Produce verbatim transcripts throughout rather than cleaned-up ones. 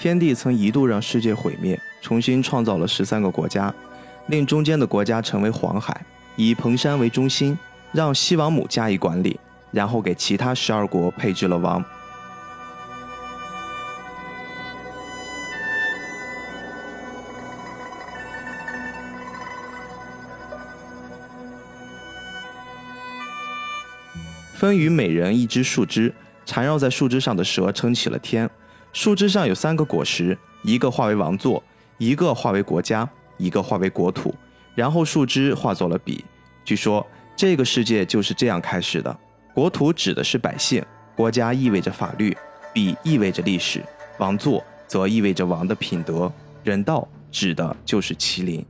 天帝曾一度让世界毁灭，重新创造了十三个国家，令中间的国家成为黄海，以彭山为中心，让西王母加以管理，然后给其他十二国配置了王。分予每人一只树枝，缠绕在树枝上的蛇撑起了天。树枝上有三个果实，一个化为王座，一个化为国家，一个化为国土，然后树枝化作了笔。据说这个世界就是这样开始的。国土指的是百姓，国家意味着法律，笔意味着历史，王座则意味着王的品德，人道指的就是麒麟。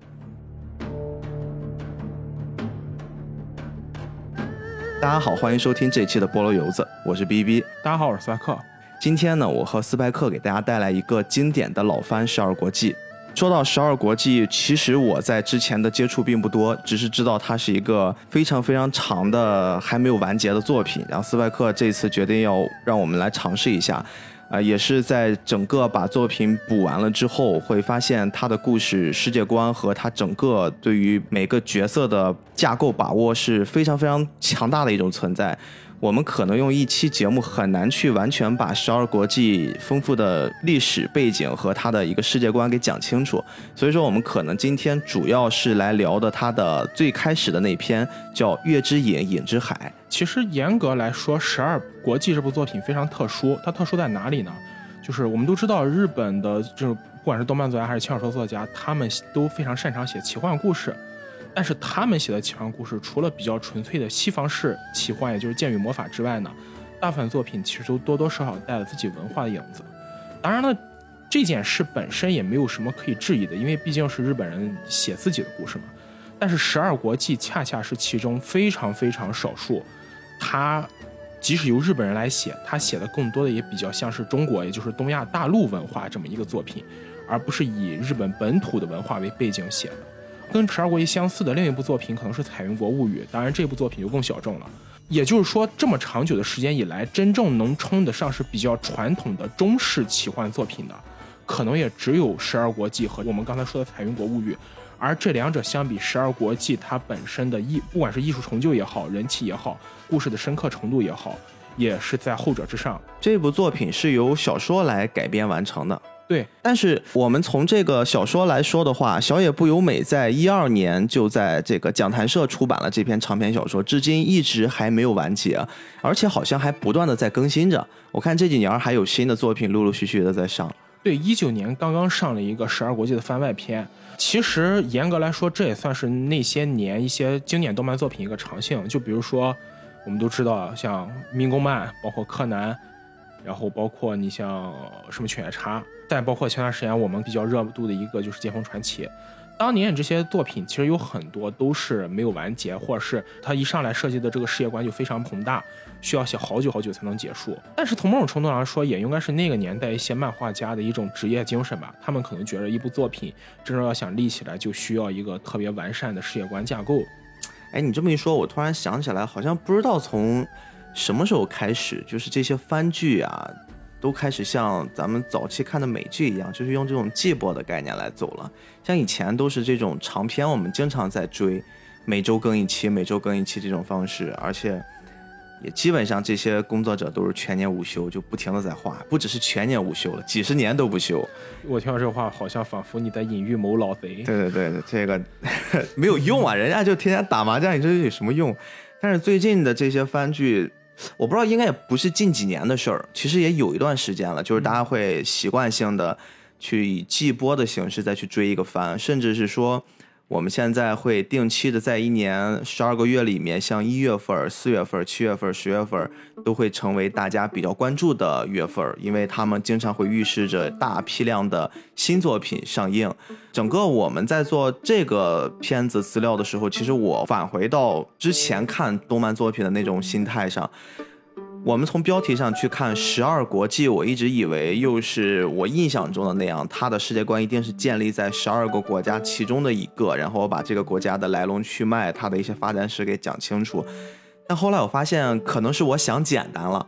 大家好，欢迎收听这期的菠萝油子，我是 B B。 大家好，我是斯派克。 今天呢，我和斯派克给大家带来一个经典的老番《十二国记》。说到《十二国记》，其实我在之前的接触并不多，只是知道它是一个非常非常长的还没有完结的作品。然后斯派克这次决定要让我们来尝试一下，呃，也是在整个把作品补完了之后，会发现他的故事世界观和他整个对于每个角色的架构把握是非常非常强大的一种存在。我们可能用一期节目很难去完全把十二国记丰富的历史背景和它的一个世界观给讲清楚，所以说我们可能今天主要是来聊的它的最开始的那篇叫月之影，影之海。 其实严格来说，十二国记这部作品非常特殊，它特殊在哪里呢？就是我们都知道日本的这种不管是动漫作家还是轻小说作家，他们都非常擅长写奇幻故事，但是他们写的奇幻故事除了比较纯粹的西方式奇幻，也就是剑与魔法之外呢，大部分作品其实都多多少少带了自己文化的影子。当然了，这件事本身也没有什么可以质疑的，因为毕竟是日本人写自己的故事嘛。但是十二国记恰恰是其中非常非常少数，他即使由日本人来写，他写的更多的也比较像是中国，也就是东亚大陆文化这么一个作品，而不是以日本本土的文化为背景写的。跟十二国记相似的另一部作品可能是《彩云国物语》，当然这部作品就更小众了。也就是说，这么长久的时间以来，真正能称得上是比较传统的中式奇幻作品的，可能也只有《十二国记》和我们刚才说的《彩云国物语》。而这两者相比，《十二国记》它本身的艺，不管是艺术成就也好，人气也好，故事的深刻程度也好，也是在后者之上。 这部作品是由小说来改编完成的。 对， 但是我们从这个小说来说的话，小野不由美在一二年就在这个讲谈社出版了这篇长篇小说，至今一直还没有完结，而且好像还不断的在更新着。我看这几年还有新的作品陆陆续续的在上。 对，一九年刚刚上了一个十二国记的番外篇。其实严格来说，这也算是那些年一些经典动漫作品一个长性。就比如说我们都知道像民工漫，包括柯南，然后包括你像什么犬夜叉，再包括前段时间我们比较热度的一个就是《剑锋传奇》。当年这些作品其实有很多都是没有完结，或者是它一上来设计的这个世界观就非常宏大，需要写好久好久才能结束。但是从某种程度上说，也应该是那个年代一些漫画家的一种职业精神吧。他们可能觉得一部作品真正要想立起来，就需要一个特别完善的世界观架构。 哎，你这么一说，我突然想起来，好像不知道从什么时候开始，就是这些番剧啊都开始像咱们早期看的美剧一样，就是用这种季播的概念来走了。像以前都是这种长篇，我们经常在追，每周更一期，每周更一期这种方式，而且也基本上这些工作者都是全年无休，就不停的在画，不只是全年无休了，几十年都不休。 我听到这话，好像仿佛你在隐喻某老贼。 对对对，这个没有用啊，人家就天天打麻将，你这有什么用？但是最近的这些番剧，我不知道，应该也不是近几年的事儿，其实也有一段时间了，就是大家会习惯性的去以季播的形式再去追一个番，甚至是说我们现在会定期的在一年十二个月里面，像一月份、四月份、七月份、十月份都会成为大家比较关注的月份，因为他们经常会预示着大批量的新作品上映。整个我们在做这个片子资料的时候，其实我返回到之前看动漫作品的那种心态上，我们从标题上去看十二国记，我一直以为又是我印象中的那样，它的世界观一定是建立在十二个国家其中的一个，然后我把这个国家的来龙去脉，它的一些发展史给讲清楚。但后来我发现可能是我想简单了，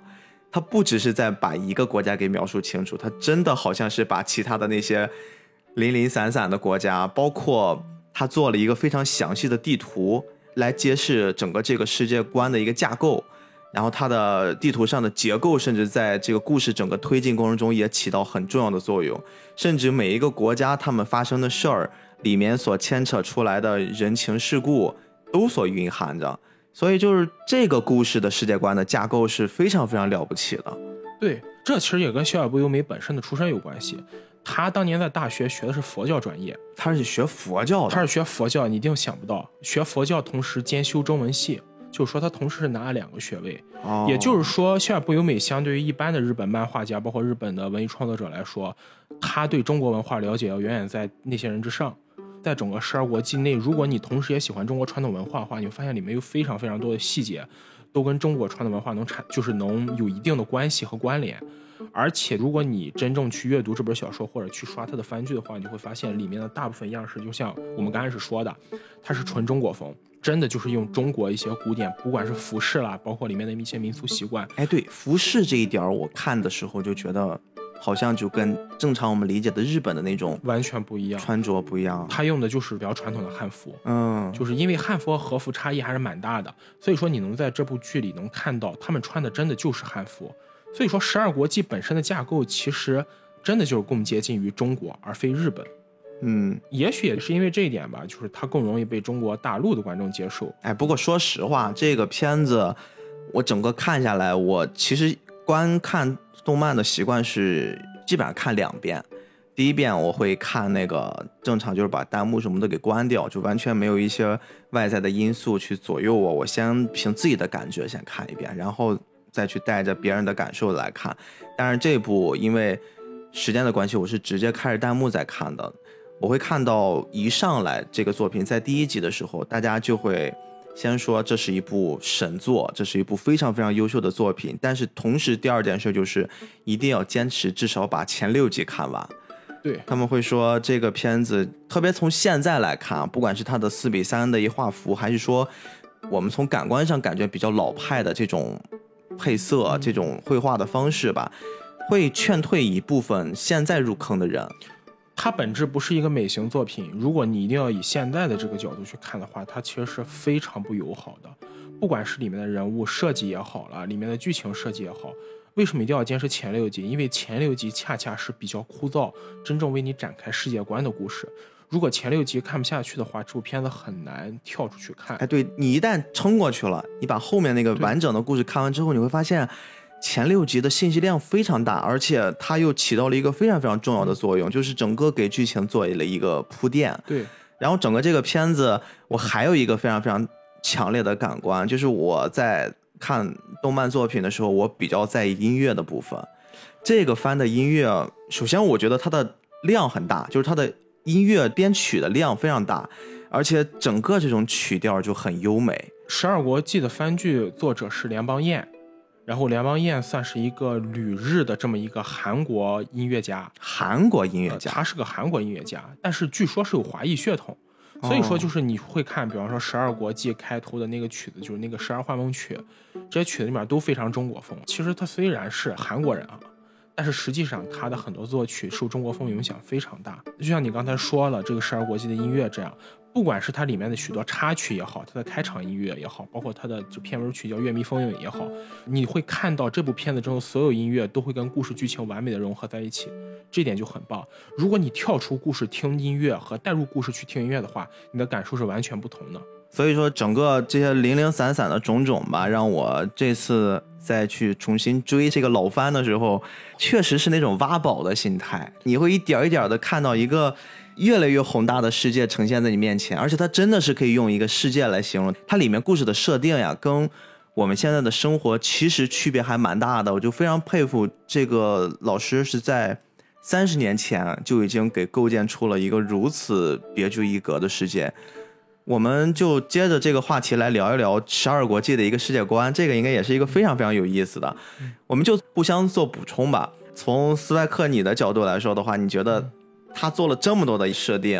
他不只是在把一个国家给描述清楚，他真的好像是把其他的那些零零散散的国家，包括他做了一个非常详细的地图来揭示整个这个世界观的一个架构，然后它的地图上的结构甚至在这个故事整个推进过程中也起到很重要的作用，甚至每一个国家他们发生的事儿里面所牵扯出来的人情世故都所蕴含着，所以就是这个故事的世界观的架构是非常非常了不起的。 对，这其实也跟小野不由美本身的出身有关系。他当年在大学学的是佛教专业， 他是学佛教的， 他是学佛教，你一定想不到，学佛教同时兼修中文系，就是说他同时是拿了两个学位。 哦、 也就是说，小野不由美相对于一般的日本漫画家，包括日本的文艺创作者来说，他对中国文化了解要远远在那些人之上。在整个十二国记内，如果你同时也喜欢中国传统文化的话，你会发现里面有非常非常多的细节都跟中国传统文化能产就是能有一定的关系和关联。而且如果你真正去阅读这本小说或者去刷它的番剧的话，你会发现里面的大部分样式就像我们刚开始说的，它是纯中国风，真的就是用中国一些古典，不管是服饰啦，包括里面的一些民俗习惯。 哎，对，服饰这一点我看的时候就觉得好像就跟正常我们理解的日本的那种完全不一样， 穿着不一样。 他用的就是比较传统的汉服， 嗯， 就是因为汉服和和服差异还是蛮大的，所以说你能在这部剧里能看到他们穿的真的就是汉服。所以说十二国记本身的架构其实真的就是更接近于中国而非日本。 嗯， 也许也是因为这一点吧，就是它更容易被中国大陆的观众接受。 哎，不过说实话，这个片子我整个看下来，我其实观看动漫的习惯是基本上看两遍。第一遍我会看那个正常，就是把弹幕什么的给关掉，就完全没有一些外在的因素去左右我，我先凭自己的感觉先看一遍，然后再去带着别人的感受来看。但是这部因为时间的关系，我是直接开着弹幕在看的。我会看到一上来这个作品在第一集的时候，大家就会先说这是一部神作，这是一部非常非常优秀的作品，但是同时第二件事就是一定要坚持至少把前六集看完。 对， 他们会说这个片子特别从现在来看，不管是它的四比三的一画幅，还是说我们从感官上感觉比较老派的这种配色、嗯、这种绘画的方式吧，会劝退一部分现在入坑的人。 它本质不是一个美型作品，如果你一定要以现在的这个角度去看的话，它其实是非常不友好的。不管是里面的人物设计也好了，里面的剧情设计也好，为什么一定要坚持前六集？因为前六集恰恰是比较枯燥，真正为你展开世界观的故事。如果前六集看不下去的话，这部片子很难跳出去看。 哎，对，你一旦撑过去了，你把后面那个完整的故事看完之后，你会发现前六集的信息量非常大，而且它又起到了一个非常非常重要的作用，就是整个给剧情做了一个铺垫。 对， 然后整个这个片子，我还有一个非常非常强烈的感官，就是我在看动漫作品的时候，我比较在意音乐的部分。这个番的音乐，首先我觉得它的量很大，就是它的音乐编曲的量非常大，而且整个这种曲调就很优美。 十二国记的番剧作者是联邦彦，然后联邦彦算是一个旅日的这么一个韩国音乐家， 韩国音乐家、 呃、他是个韩国音乐家，但是据说是有华裔血统，所以说就是你会看，比方说十二国记开头的那个曲子，就是那个十二幻梦曲，这些曲子里面都非常中国风。其实他虽然是韩国人啊，但是实际上他的很多作曲受中国风影响非常大。就像你刚才说了，这个十二国记的音乐这样，不管是它里面的许多插曲也好，它的开场音乐也好，包括它的这片尾曲叫《月迷风影》也好，你会看到这部片子中所有音乐都会跟故事剧情完美的融合在一起，这点就很棒。如果你跳出故事听音乐和带入故事去听音乐的话，你的感受是完全不同的。 所以说整个这些零零散散的种种吧，让我这次再去重新追这个老番的时候，确实是那种挖宝的心态，你会一点一点的看到一个越来越宏大的世界呈现在你面前，而且它真的是可以用一个世界来形容。它里面故事的设定呀，跟我们现在的生活其实区别还蛮大的。我就非常佩服这个老师是在三十年前就已经给构建出了一个如此别具一格的世界。我们就接着这个话题来聊一聊十二国记的一个世界观，这个应该也是一个非常非常有意思的，我们就互相做补充吧。从斯派克你的角度来说的话，你觉得他做了这么多的设定，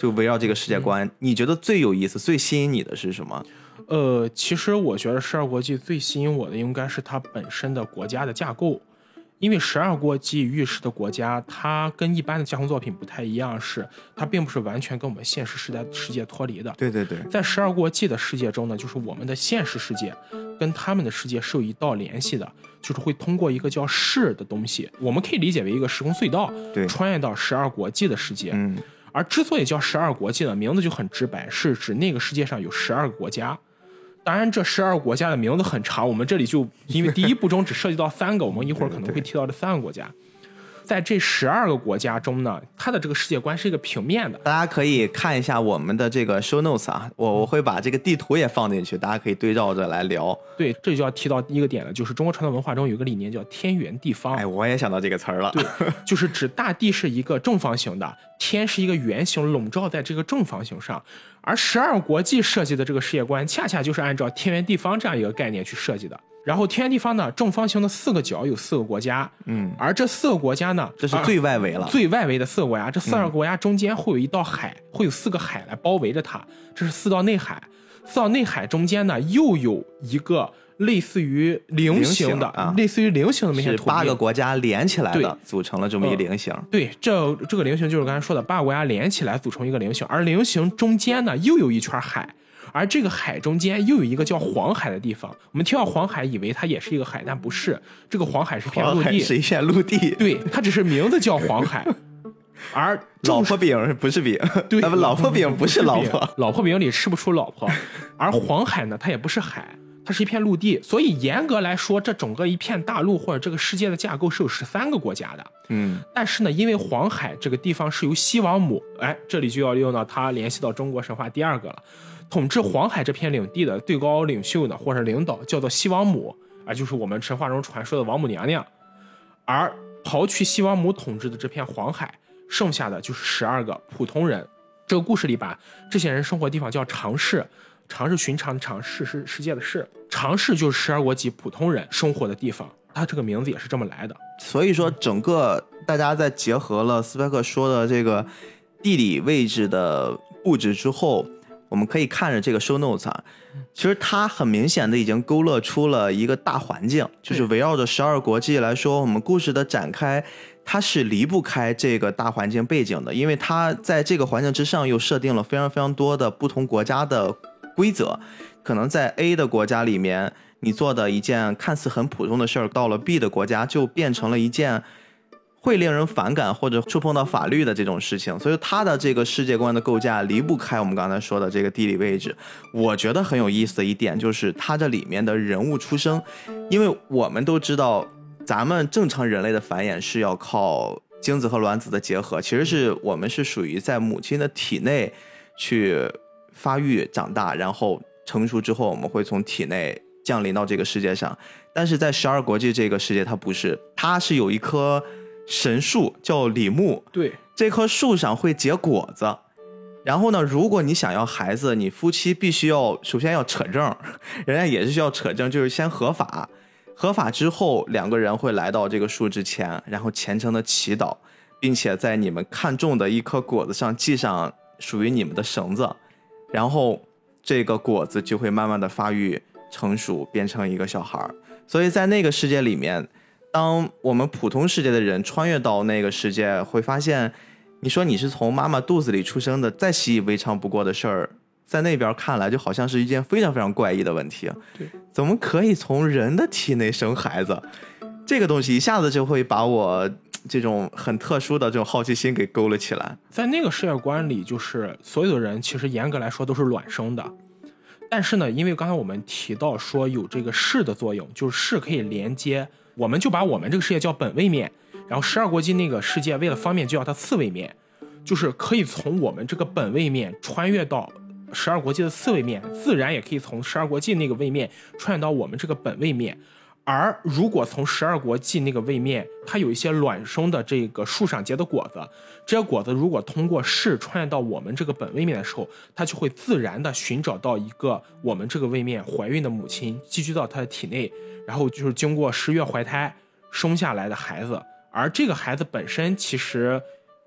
就围绕这个世界观、嗯、你觉得最有意思最吸引你的是什么？ 呃，其实我觉得十二国际最吸引我的应该是它本身的国家的架构，因为十二国际预示的国家它跟一般的架空作品不太一样，是它并不是完全跟我们现实时代世界脱离的。 对对对， 在十二国际的世界中呢，就是我们的现实世界跟他们的世界是有一道联系的，就是会通过一个叫世的东西，我们可以理解为一个时空隧道， 对， 穿越到十二国际的世界。 嗯， 而之所以叫十二国际呢，名字就很直白，是指那个世界上有十二个国家。当然这十二个国家的名字很长，我们这里就因为第一部中只涉及到三个我们一会儿可能会提到这三个国家。在这十二个国家中呢，它的这个世界观是一个平面的， 大家可以看一下我们的这个 show notes 啊，我我会把这个地图也放进去，大家可以对照着来聊。 对，这就要提到第一个点了，就是中国传统文化中有一个理念叫天圆地方。 哎，我也想到这个词儿了。 对，就是指大地是一个正方形的，天是一个圆形笼罩在这个正方形上，而十二国际设计的这个世界观恰恰就是按照天圆地方这样一个概念去设计的。然后天圆地方呢，正方形的四个角有四个国家， 嗯， 而这四个国家呢， 这是最外围了、 啊、最外围的四个国家，这四个国家中间会有一道海、嗯、会有四个海来包围着它，这是四道内海。四道内海中间呢，又有一个类似于菱形的， 啊、 类似于菱形的那些土地， 是八个国家连起来的，组成了这么一菱形。 呃、对，这这个菱形就是刚才说的八个国家连起来组成一个菱形，而菱形中间呢又有一圈海。而这个海中间又有一个叫黄海的地方，我们听到黄海以为它也是一个海，但不是，这个黄海是一片陆地， 是一片陆地， 对，它只是名字叫黄海。而老婆饼不是饼， 对， 不，老婆饼不是老婆， 老婆饼里吃不出老婆。而黄海呢，它也不是海，它是一片陆地，所以严格来说，这整个一片大陆或者这个世界的架构是有十三个国家的。 嗯， 但是呢，因为黄海这个地方是由西王母，哎，这里就要用到它联系到中国神话第二个了。统治黄海这片领地的最高领袖呢，或者领导叫做西王母，啊，就是我们神话中传说的王母娘娘。而刨去西王母统治的这片黄海，剩下的就是十二个普通人。这个故事里把这些人生活的地方叫常世，常是寻常的常，世是世界的世，常世就是十二国际普通人生活的地方，它这个名字也是这么来的。 所以说，整个大家在结合了斯派克说的这个地理位置的布置之后，我们可以看着这个 show notes 啊，其实它很明显的已经勾勒出了一个大环境，就是围绕着十二国际来说，我们故事的展开它是离不开这个大环境背景的，因为它在这个环境之上又设定了非常非常多的不同国家的规则。可能在 A 的国家里面，你做的一件看似很普通的事儿，到了 B 的国家就变成了一件会令人反感或者触碰到法律的这种事情，所以它的这个世界观的构架离不开我们刚才说的这个地理位置。我觉得很有意思的一点就是它这里面的人物出生，因为我们都知道咱们正常人类的繁衍是要靠精子和卵子的结合，其实是我们是属于在母亲的体内去发育长大，然后成熟之后我们会从体内降临到这个世界上。但是在十二国际这个世界它不是，它是有一棵神树叫李木， 对， 这棵树上会结果子，然后呢，如果你想要孩子，你夫妻必须要首先要扯证，人家也是需要扯证，就是先合法，合法之后两个人会来到这个树之前，然后虔诚的祈祷，并且在你们看中的一颗果子上系上属于你们的绳子，然后这个果子就会慢慢的发育成熟，变成一个小孩。所以在那个世界里面，当我们普通世界的人穿越到那个世界，会发现你说你是从妈妈肚子里出生的，再习以为常不过的事儿，在那边看来就好像是一件非常非常怪异的问题。 对， 怎么可以从人的体内生孩子？这个东西一下子就会把我这种很特殊的这种好奇心给勾了起来。 在那个世界观里，就是所有的人其实严格来说都是卵生的，但是呢，因为刚才我们提到说有这个势的作用，就是势可以连接，我们就把我们这个世界叫本位面，然后十二国际那个世界为了方便就叫它次位面，就是可以从我们这个本位面穿越到十二国际的次位面，自然也可以从十二国际那个位面穿越到我们这个本位面。而如果从十二国际那个位面，它有一些卵生的这个树上结的果子，这些果子如果通过势穿越到我们这个本位面的时候，它就会自然的寻找到一个我们这个位面怀孕的母亲，寄居到她的体内，然后就是经过十月怀胎生下来的孩子。而这个孩子本身其实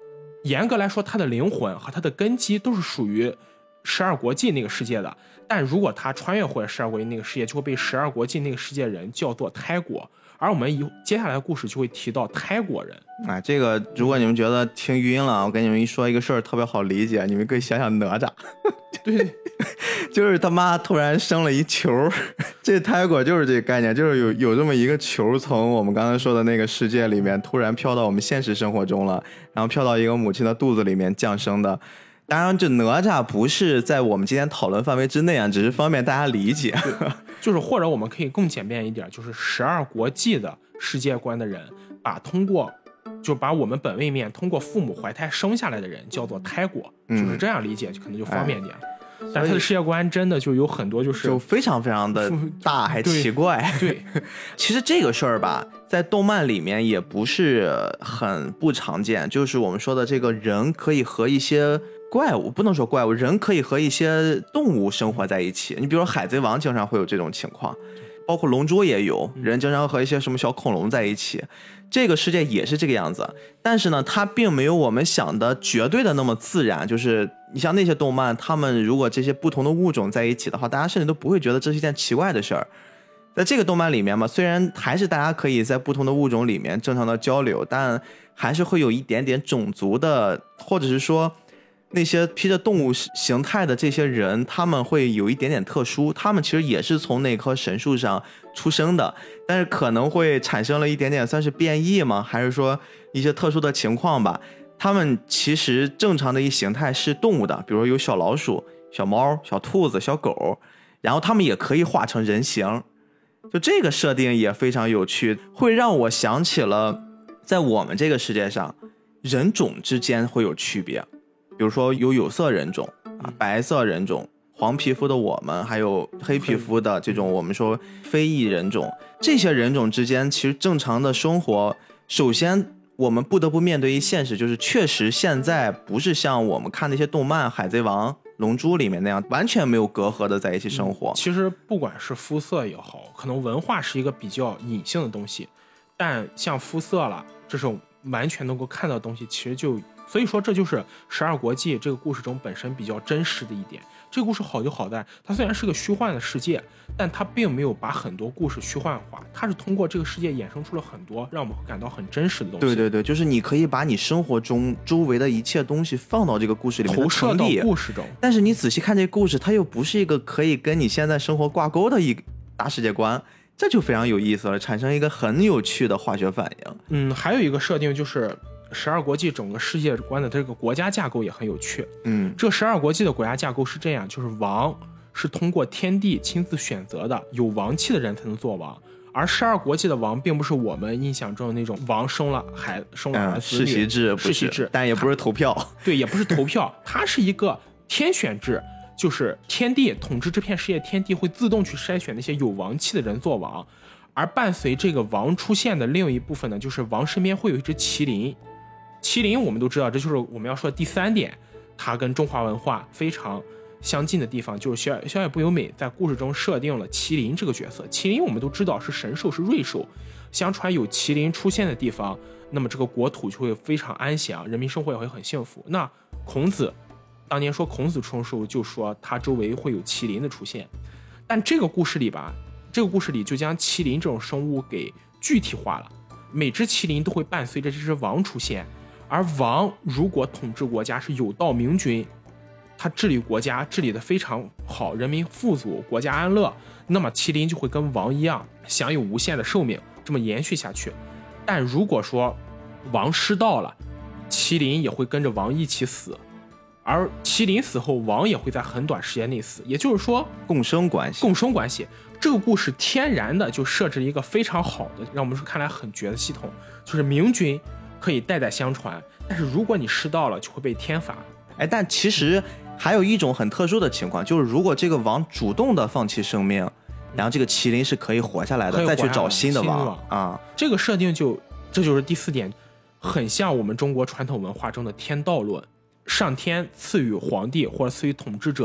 严格来说他的灵魂和他的根基都是属于十二国际那个世界的，但如果他穿越回了十二国际那个世界，就会被十二国际那个世界人叫做胎国，而我们以接下来的故事就会提到胎国人。 哎，这个如果你们觉得听晕了，我跟你们一说一个事儿特别好理解，你们可以想想哪吒。 对， 就是他妈突然生了一球，这胎国就是这个概念，就是有有这么一个球从我们刚才说的那个世界里面突然飘到我们现实生活中了，然后飘到一个母亲的肚子里面降生的。当然这哪吒不是在我们今天讨论范围之内啊，只是方便大家理解。 就是或者我们可以更简便一点，就是十二国际的世界观的人把通过就把我们本位面通过父母怀胎生下来的人叫做胎国，就是这样理解可能就方便点。哎，但是他的世界观真的就有很多就是就非常非常的大还奇怪。 对，对其实这个事儿吧在动漫里面也不是很不常见，就是我们说的这个人可以和一些怪物，不能说怪物，人可以和一些动物生活在一起。你比如说海贼王经常会有这种情况，包括龙珠也有人经常和一些什么小恐龙在一起，这个世界也是这个样子。但是呢它并没有我们想的绝对的那么自然，就是你像那些动漫，他们如果这些不同的物种在一起的话，大家甚至都不会觉得这是一件奇怪的事儿。在这个动漫里面嘛，虽然还是大家可以在不同的物种里面正常的交流，但还是会有一点点种族的，或者是说那些披着动物形态的这些人，他们会有一点点特殊，他们其实也是从那棵神树上出生的，但是可能会产生了一点点算是变异吗？还是说一些特殊的情况吧？他们其实正常的一形态是动物的，比如说有小老鼠、小猫、小兔子、小狗，然后他们也可以化成人形。就这个设定也非常有趣，会让我想起了在我们这个世界上人种之间会有区别，比如说有有色人种啊，白色人种，黄皮肤的我们，还有黑皮肤的这种我们说非裔人种，这些人种之间其实正常的生活，首先我们不得不面对一现实，就是确实现在不是像我们看那些动漫海贼王龙珠里面那样完全没有隔阂的在一起生活、嗯、 其实不管是肤色也好，可能文化是一个比较隐性的东西，但像肤色了这种完全能够看到的东西，其实就所以说这就是十二国际这个故事中本身比较真实的一点。这个故事好就好在它虽然是个虚幻的世界，但它并没有把很多故事虚幻化，它是通过这个世界衍生出了很多让我们会感到很真实的东西。 对对对，就是你可以把你生活中周围的一切东西放到这个故事里面， 投射到故事中。 但是你仔细看这个故事，它又不是一个可以跟你现在生活挂钩的一个大世界观，这就非常有意思了，产生一个很有趣的化学反应。 嗯，还有一个设定就是十二国际整个世界观的这个国家架构也很有趣。 嗯， 这十二国际的国家架构是这样，就是王是通过天帝亲自选择的，有王气的人才能做王。而十二国际的王并不是我们印象中的那种王生了孩生了儿子、 嗯、世袭制， 世袭制， 但也不是投票。 对，也不是投票，它是一个天选制，就是天帝统治这片世界，天帝会自动去筛选那些有王气的人做王。而伴随这个王出现的另一部分呢，就是王身边会有一只麒麟。麒麟我们都知道，这就是我们要说的第三点，它跟中华文化非常相近的地方，就是小小野不由美在故事中设定了麒麟这个角色。麒麟我们都知道是神兽，是瑞兽，相传有麒麟出现的地方，那么这个国土就会非常安详，人民生活也会很幸福。那孔子当年说孔子出生的时候就说他周围会有麒麟的出现，但这个故事里吧，这个故事里就将麒麟这种生物给具体化了，每只麒麟都会伴随着这只王出现。而王如果统治国家是有道明君，他治理国家治理得非常好，人民富足，国家安乐，那么麒麟就会跟王一样享有无限的寿命，这么延续下去。但如果说王失道了，麒麟也会跟着王一起死，而麒麟死后王也会在很短时间内死，也就是说共生关系。 共生关系这个故事天然的就设置了一个非常好的，让我们说看来很绝的系统，就是明君可以代代相传，但是如果你失道了就会被天罚。 哎，但其实还有一种很特殊的情况，就是如果这个王主动的放弃生命，然后这个麒麟是可以活下来的，再去找新的王啊。 这个设定就这就是第四点，很像我们中国传统文化中的天道论，上天赐予皇帝或者赐予统治者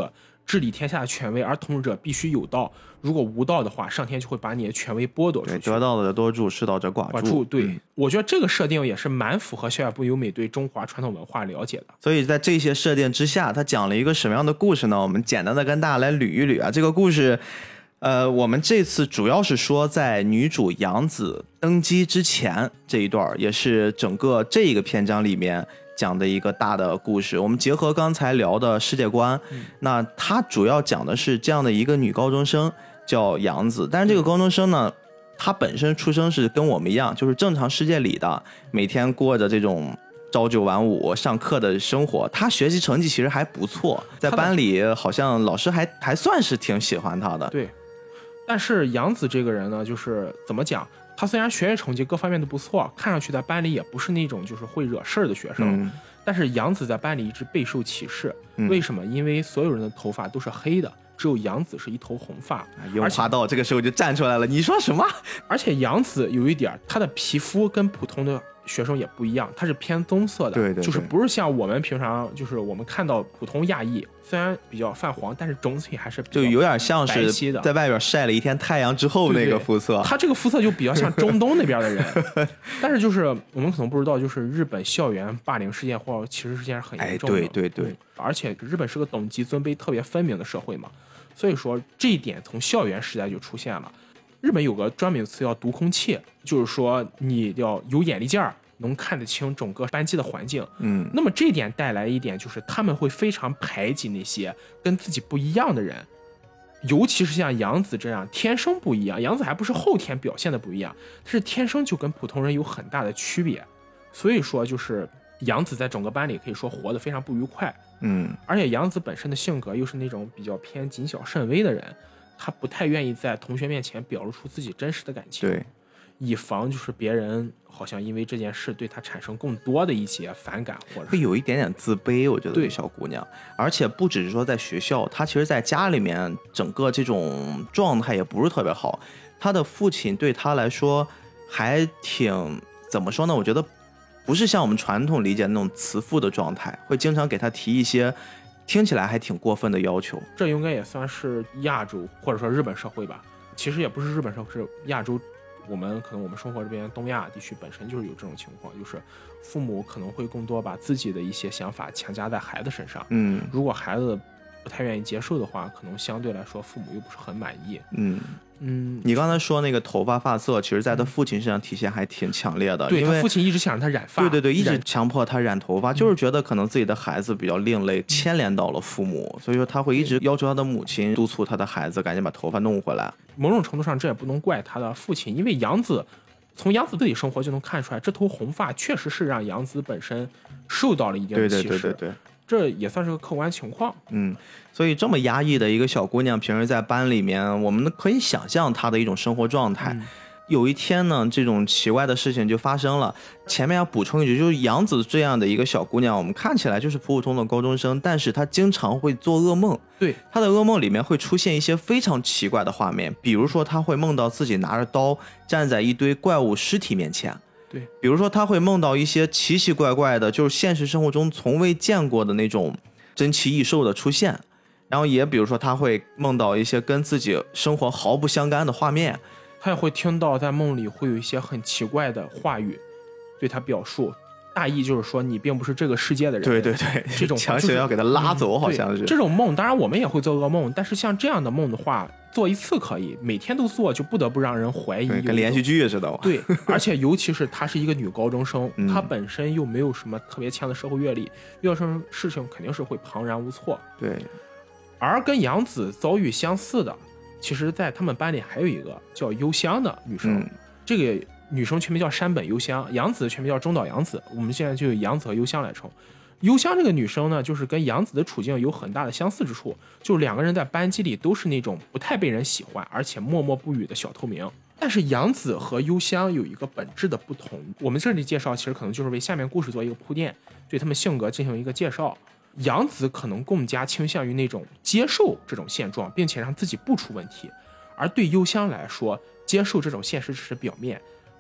治理天下的权威，而统治者必须有道，如果无道的话，上天就会把你的权威剥夺出去。 得道者多助，失道者寡寡助。对、 嗯， 我觉得这个设定也是蛮符合小野不由美对中华传统文化了解的。 所以在这些设定之下，他讲了一个什么样的故事呢？我们简单的跟大家来捋一捋啊。这个故事，呃，我们这次主要是说在女主杨子登基之前这一段，也是整个这个篇章里面讲的一个大的故事。我们结合刚才聊的世界观，嗯、那它主要讲的是这样的一个女高中生叫杨子，但是这个高中生呢，她本身出生是跟我们一样，就是正常世界里的，每天过着这种朝九晚五上课的生活。她学习成绩其实还不错，在班里好像老师还还算是挺喜欢她的。 对，但是杨子这个人呢，就是怎么讲？他虽然学业成绩各方面都不错，看上去在班里也不是那种就是会惹事儿的学生、嗯、但是杨子在班里一直备受歧视、嗯、为什么？因为所有人的头发都是黑的，只有杨子是一头红发。 樱花道这个时候就站出来了，你说什么？ 而且杨子有一点，他的皮肤跟普通的学生也不一样，他是偏棕色的， 对对对， 就是不是像我们平常就是我们看到普通亚裔，虽然比较泛黄，但是整体还是比较就有点像是在外边晒了一天太阳之后那个肤色。 对对，他这个肤色就比较像中东那边的人。但是就是我们可能不知道，就是日本校园霸凌事件或者歧视事件是很严重的。 哎，对对对、嗯， 而且日本是个等级尊卑特别分明的社会嘛，所以说这一点从校园时代就出现了。日本有个专门词叫读空气，就是说你要有眼力劲儿，能看得清整个班级的环境。嗯，那么这一点带来一点就是他们会非常排挤那些跟自己不一样的人，尤其是像杨子这样天生不一样，杨子还不是后天表现的不一样，他是天生就跟普通人有很大的区别。所以说就是杨子在整个班里可以说活得非常不愉快。嗯，而且杨子本身的性格又是那种比较偏谨小慎微的人，他不太愿意在同学面前表露出自己真实的感情， 对， 以防就是别人好像因为这件事对他产生更多的一些反感，或者会有一点点自卑。我觉得对小姑娘，而且不只是说在学校，她其实在家里面整个这种状态也不是特别好。她的父亲对她来说还挺怎么说呢？我觉得不是像我们传统理解的那种慈父的状态，会经常给她提一些听起来还挺过分的要求。 这应该也算是亚洲或者说日本社会吧，其实也不是日本社会，是亚洲。我们可能我们生活这边东亚地区本身就是有这种情况，就是父母可能会更多把自己的一些想法强加在孩子身上。嗯，如果孩子不太愿意接受的话，可能相对来说父母又不是很满意。 嗯嗯，你刚才说那个头发发色，其实在他父亲身上体现还挺强烈的。 对， 因为他父亲一直想让他染发。 对对对，一直强迫他染头发，就是觉得可能自己的孩子比较另类，牵连到了父母，所以说他会一直要求他的母亲督促他的孩子赶紧把头发弄回来。 某种程度上，这也不能怪他的父亲，因为杨子从杨子自己生活就能看出来，这头红发确实是让杨子本身受到了一定的歧视。 对对对对对。 这也算是个客观情况。 嗯，所以这么压抑的一个小姑娘，平时在班里面，我们可以想象她的一种生活状态。嗯，有一天呢，这种奇怪的事情就发生了。前面要补充一句，就是杨子这样的一个小姑娘，我们看起来就是普普通通的高中生，但是她经常会做噩梦。 对， 她的噩梦里面会出现一些非常奇怪的画面，比如说她会梦到自己拿着刀站在一堆怪物尸体面前。 对， 比如说他会梦到一些奇奇怪怪的，就是现实生活中从未见过的那种珍奇异兽的出现，然后也比如说他会梦到一些跟自己生活毫不相干的画面， 他也会听到在梦里会有一些很奇怪的话语对他表述，大意就是说你并不是这个世界的人。 对对对， 这种强行要给他拉走，好像是、 嗯、这种梦。当然我们也会做噩梦，但是像这样的梦的话，做一次可以，每天都做就不得不让人怀疑， 跟连续剧似的。 对，而且尤其是她是一个女高中生，嗯、她本身又没有什么特别强的社会阅历，遇到这种事情肯定是会茫然无措。 对， 而跟杨子遭遇相似的，其实在他们班里还有一个叫幽香的女生，嗯、这个女生全名叫山本幽香，杨子全名叫中岛洋子，我们现在就以杨子和幽香来称。幽香这个女生呢，就是跟杨子的处境有很大的相似之处，就是两个人在班级里都是那种不太被人喜欢，而且默默不语的小透明。但是杨子和幽香有一个本质的不同，我们这里介绍其实可能就是为下面故事做一个铺垫，对他们性格进行一个介绍。杨子可能更加倾向于那种接受这种现状，并且让自己不出问题，而对幽香来说，接受这种现实只是表面，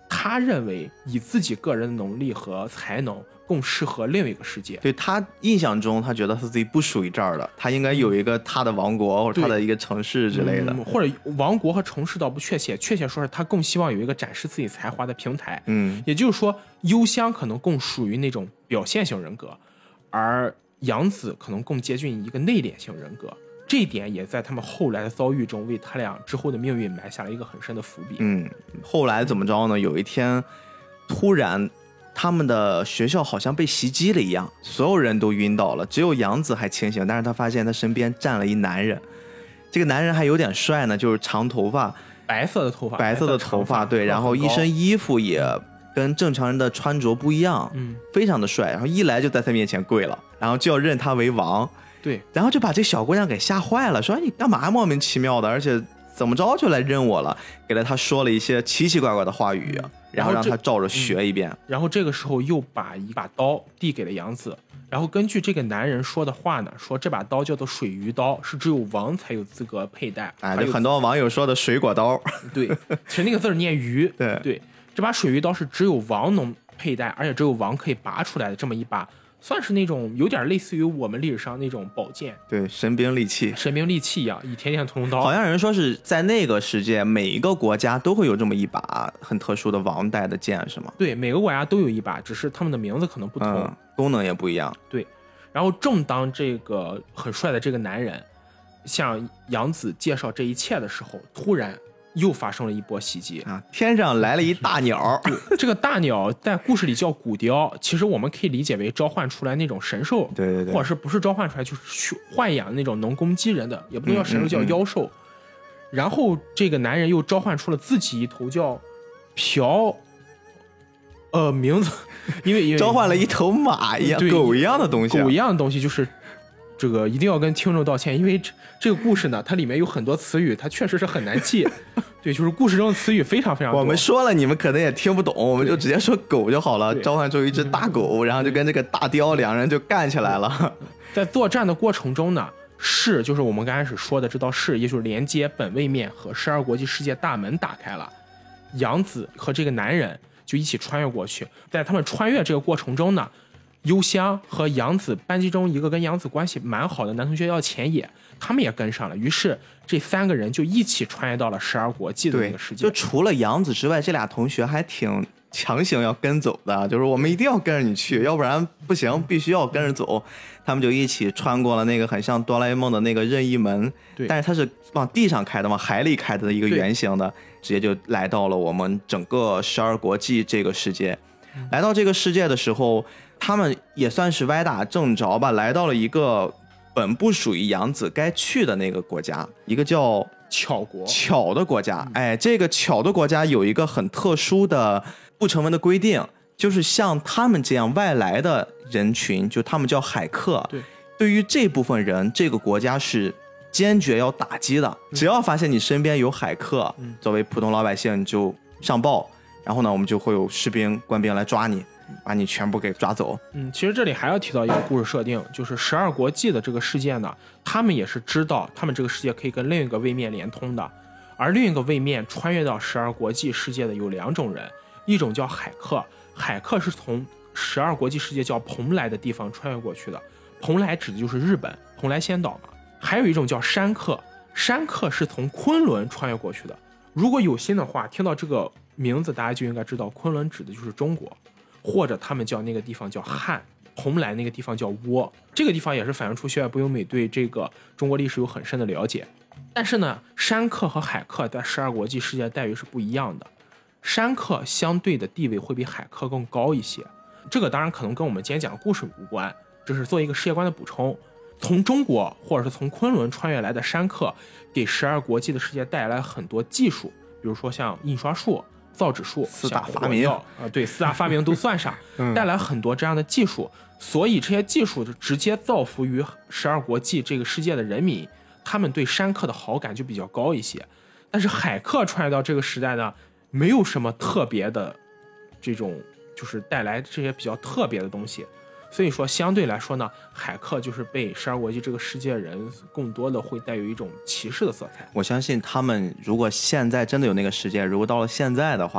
他认为以自己个人的能力和才能更适合另一个世界。 对，他印象中他觉得他自己不属于这儿的，他应该有一个他的王国或者他的一个城市之类的、 嗯、或者王国和城市倒不确切，确切说是他更希望有一个展示自己才华的平台。 嗯， 也就是说幽香可能更属于那种表现型人格，而杨紫可能更接近一个内敛型人格。这一点也在他们后来的遭遇中为他俩之后的命运埋下了一个很深的伏笔。 嗯，后来怎么着呢？有一天突然他们的学校好像被袭击了一样，所有人都晕倒了，只有杨紫还清醒。但是他发现他身边站了一男人，这个男人还有点帅呢，就是长头发， 白色的头发， 白色的头发，对，然后一身衣服也跟正常人的穿着不一样，嗯，非常的帅。然后一来就在他面前跪了，然后就要认他为王。 对， 然后就把这小姑娘给吓坏了，说你干嘛莫名其妙的，而且怎么着就来认我了，给了他说了一些奇奇怪怪的话语、嗯、然后让他照着学一遍、 嗯、然后这个时候又把一把刀递给了杨紫，然后根据这个男人说的话呢，说这把刀叫做水鱼刀，是只有王才有资格佩戴。 哎，就很多网友说的水果刀。 对，其实那个字念鱼。 对对，这把水鱼刀是只有王能佩戴，而且只有王可以拔出来的这么一把，算是那种有点类似于我们历史上那种宝剑， 对，神兵利器， 神兵利器一样，倚天剑屠龙刀。 好像有人说是在那个世界，每一个国家都会有这么一把很特殊的王带的剑，是吗？ 对，每个国家都有一把，只是他们的名字可能不同、嗯， 功能也不一样。 对，然后正当这个很帅的这个男人向杨紫介绍这一切的时候，突然又发生了一波袭击啊！天上来了一大鸟， 这个大鸟在故事里叫古雕，其实我们可以理解为召唤出来那种神兽， 对对对， 或者是不是召唤出来就是豢养那种能攻击人的，也不能叫神兽，叫妖兽、嗯嗯嗯。然后这个男人又召唤出了自己一头叫朴，呃，名字，因为因为召唤了一头马一样、狗一样的东西、啊， 狗一样的东西就是。这个一定要跟听众道歉，因为这这个故事呢，它里面有很多词语，它确实是很难记。对，就是故事中的词语非常非常多。 我们说了，你们可能也听不懂，我们就直接说狗就好了。召唤出一只大狗，然后就跟这个大雕两人就干起来了。 在作战的过程中呢，市就是我们刚开始说的这道市，也就是连接本位面和十二国际世界大门打开了。杨紫和这个男人就一起穿越过去，在他们穿越这个过程中呢。幽香和杨紫班级中一个跟杨紫关系蛮好的男同学叫浅野，他们也跟上了，于是这三个人就一起穿越到了十二国际的那个世界。 就除了杨紫之外，这俩同学还挺强行要跟走的，就是我们一定要跟着你去，要不然不行，必须要跟着走。他们就一起穿过了那个很像哆啦 A 梦的那个任意门，但是它是往地上开的，往海里开的一个圆形的，直接就来到了我们整个十二国际这个世界。来到这个世界的时候，他们也算是歪打正着吧，来到了一个本不属于杨紫该去的那个国家，一个叫巧国巧的国家。哎，这个巧的国家有一个很特殊的不成文的规定，就是像他们这样外来的人群，就他们叫海客， 对， 对于这部分人，这个国家是坚决要打击的。只要发现你身边有海客，嗯、作为普通老百姓你就上报，然后呢，我们就会有士兵官兵来抓你，把你全部给抓走。 嗯，其实这里还要提到一个故事设定，就是十二国际的这个世界呢，他们也是知道他们这个世界可以跟另一个位面连通的，而另一个位面穿越到十二国际世界的有两种人，一种叫海客，海客是从十二国际世界叫蓬莱的地方穿越过去的，蓬莱指的就是日本蓬莱仙岛嘛。还有一种叫山客，山客是从昆仑穿越过去的。如果有心的话，听到这个名字大家就应该知道昆仑指的就是中国，或者他们叫那个地方叫汉，蓬莱那个地方叫倭。这个地方也是反映出薛不优美对这个中国历史有很深的了解。但是呢，山客和海客在十二国际世界待遇是不一样的，山客相对的地位会比海客更高一些。这个当然可能跟我们今天讲的故事无关，这是做一个世界观的补充。从中国或者是从昆仑穿越来的山客，给十二国际的世界带来很多技术，比如说像印刷术、造纸术、 四大发明啊、呃，对，四大发明都算上，带来很多这样的技术。所以这些技术就直接造福于十二国际这个世界的人民，他们对山客的好感就比较高一些。但是海客穿越到这个时代呢，没有什么特别的这种，就是带来这些比较特别的东西。所以说相对来说呢，海客就是被十二国际这个世界人更多的会带有一种歧视的色彩。 我相信他们如果现在真的有那个世界，如果到了现在的话，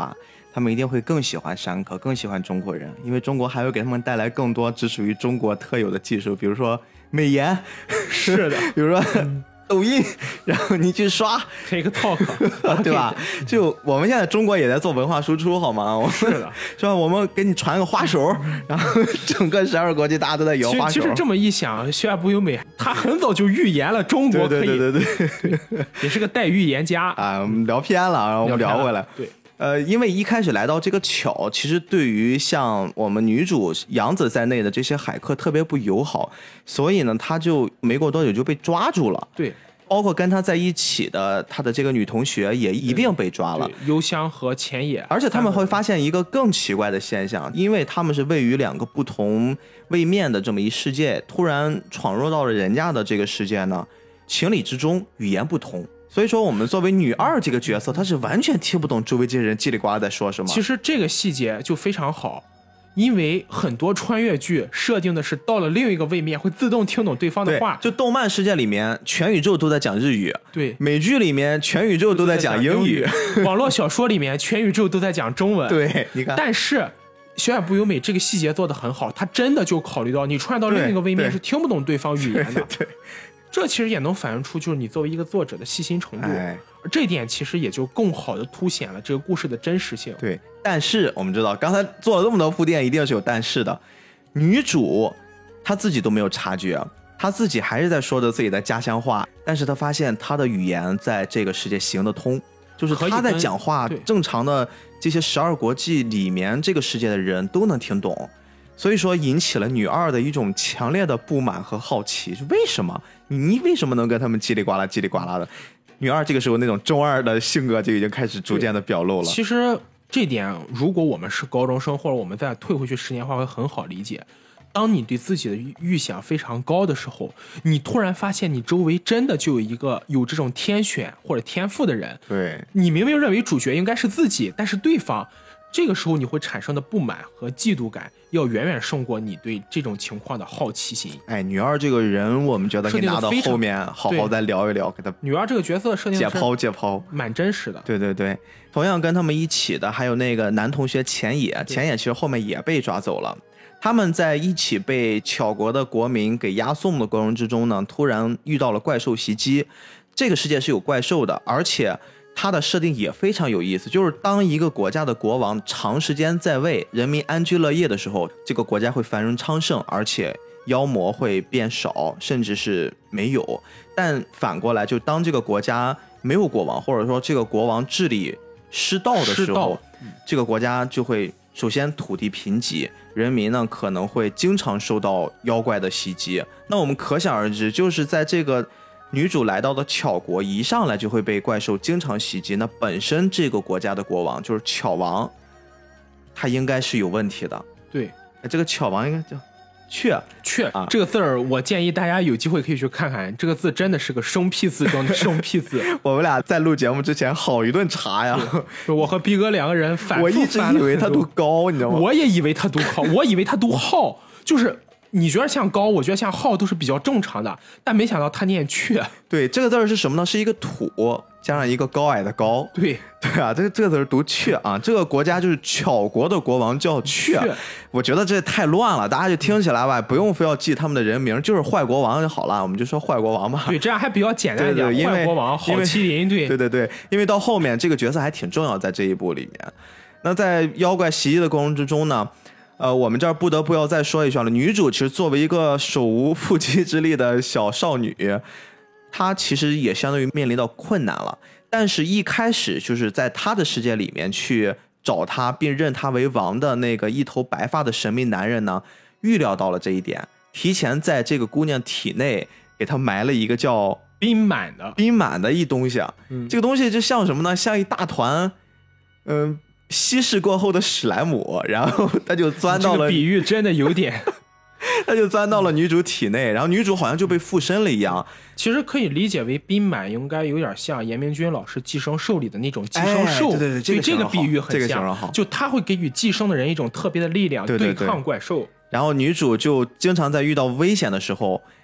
他们一定会更喜欢山客，更喜欢中国人，因为中国还会给他们带来更多只属于中国特有的技术，比如说美颜， 是的， 比如说、嗯、抖音，然后你去刷 TikTok， 对吧？就我们现在中国也在做文化输出，好吗？我们是的， 是吧？我们给你传个花手，然后整个十二国际大家都在摇花手。 其实这么一想，学不优美，他很早就预言了中国可以， 对对对对 对, 对，也是个代预言家啊。我们聊偏了，然后我们聊回来， 对。 呃，因为一开始来到这个桥，其实对于像我们女主杨子在内的这些海客特别不友好，所以呢，他就没过多久就被抓住了。 对， 包括跟他在一起的他的这个女同学也一并被抓了， 幽香和浅野。 而且他们会发现一个更奇怪的现象，因为他们是位于两个不同位面的这么一世界，突然闯入到了人家的这个世界呢，情理之中，语言不同。所以说我们作为女二这个角色，她是完全听不懂周围这些人叽里呱啦在说什么。 其实这个细节就非常好，因为很多穿越剧设定的是到了另一个位面会自动听懂对方的话。 就动漫世界里面全宇宙都在讲日语， 对， 美剧里面全宇宙都在讲英语， 网络小说里面全宇宙都在讲中文。 对，你看， 但是小野不由美这个细节做得很好，他真的就考虑到你穿到另一个位面是听不懂对方语言的。 对，对这其实也能反映出就是你作为一个作者的细心程度， 哎， 这点其实也就更好的凸显了这个故事的真实性。 对，但是我们知道刚才做了这么多铺垫，一定是有但是的。女主她自己都没有察觉，她自己还是在说着自己的家乡话，但是她发现她的语言在这个世界行得通，就是她在讲话，正常的这些十二国际里面这个世界的人都能听懂。所以说引起了女二的一种强烈的不满和好奇，为什么你为什么能跟他们叽里呱啦叽里呱啦的？女二这个时候那种中二的性格就已经开始逐渐的表露了。 其实这点如果我们是高中生，或者我们再退回去十年的话会很好理解。当你对自己的预想非常高的时候，你突然发现你周围真的就有一个有这种天选或者天赋的人， 对， 你明明认为主角应该是自己，但是对方，这个时候你会产生的不满和嫉妒感要远远胜过你对这种情况的好奇心。 哎，女二这个人我们觉得可以拿到后面好好再聊一聊，给她女二这个角色设定解剖解剖蛮真实的。 对对对，同样跟他们一起的还有那个男同学浅野，浅野其实后面也被抓走了。他们在一起被巧国的国民给押送的过程之中呢，突然遇到了怪兽袭击。这个世界是有怪兽的，而且它的设定也非常有意思，就是当一个国家的国王长时间在位，人民安居乐业的时候，这个国家会繁荣昌盛，而且妖魔会变少，甚至是没有。但反过来，就当这个国家没有国王，或者说这个国王治理失道的时候，这个国家就会首先土地贫瘠，人民呢可能会经常受到妖怪的袭击。那我们可想而知，就是在这个女主来到的巧国，一上来就会被怪兽经常袭击，那本身这个国家的国王就是巧王，他应该是有问题的。 对， 这个巧王应该叫雀雀、 啊、 这个字儿，我建议大家有机会可以去看看，这个字真的是个生僻字中的生僻字。 我们俩在录节目之前好一顿查呀， 我和逼哥两个人反复我一直以为他读高，你知道吗？ 我也以为他读高，我以为他读浩，就是你觉得像高，我觉得像浩都是比较正常的，但没想到他念雀。 对，这个字是什么呢？是一个土加上一个高矮的高。 对对啊，这个这个字读雀啊。这个国家就是巧国的国王叫雀，雀我觉得这太乱了，大家就听起来吧，不用非要记他们的人名，就是坏国王就好了，我们就说坏国王吧。 对，这样还比较简单一点。 对对，因为坏国王、好麒麟，对对对对，因为到后面这个角色还挺重要，在这一部里面。那在妖怪袭击的过程之中呢？呃，我们这儿不得不要再说一句了，女主其实作为一个手无缚鸡之力的小少女，她其实也相当于面临到困难了。但是一开始就是在她的世界里面去找她并认她为王的那个一头白发的神秘男人呢，预料到了这一点，提前在这个姑娘体内给她埋了一个叫冰满的冰满的一东西啊、嗯，这个东西就像什么呢？像一大团，嗯、呃。稀释过后的史莱姆，然后他就钻到了， 这个比喻真的有点， 他就钻到了女主体内，然后女主好像就被附身了一样。 其实可以理解为冰满应该有点像严明君老师寄生兽里的那种寄生兽， 哎、对对对， 这个、这个比喻很像， 这个、 就他会给予寄生的人一种特别的力量， 对对对对抗怪兽。 然后女主就经常在遇到危险的时候，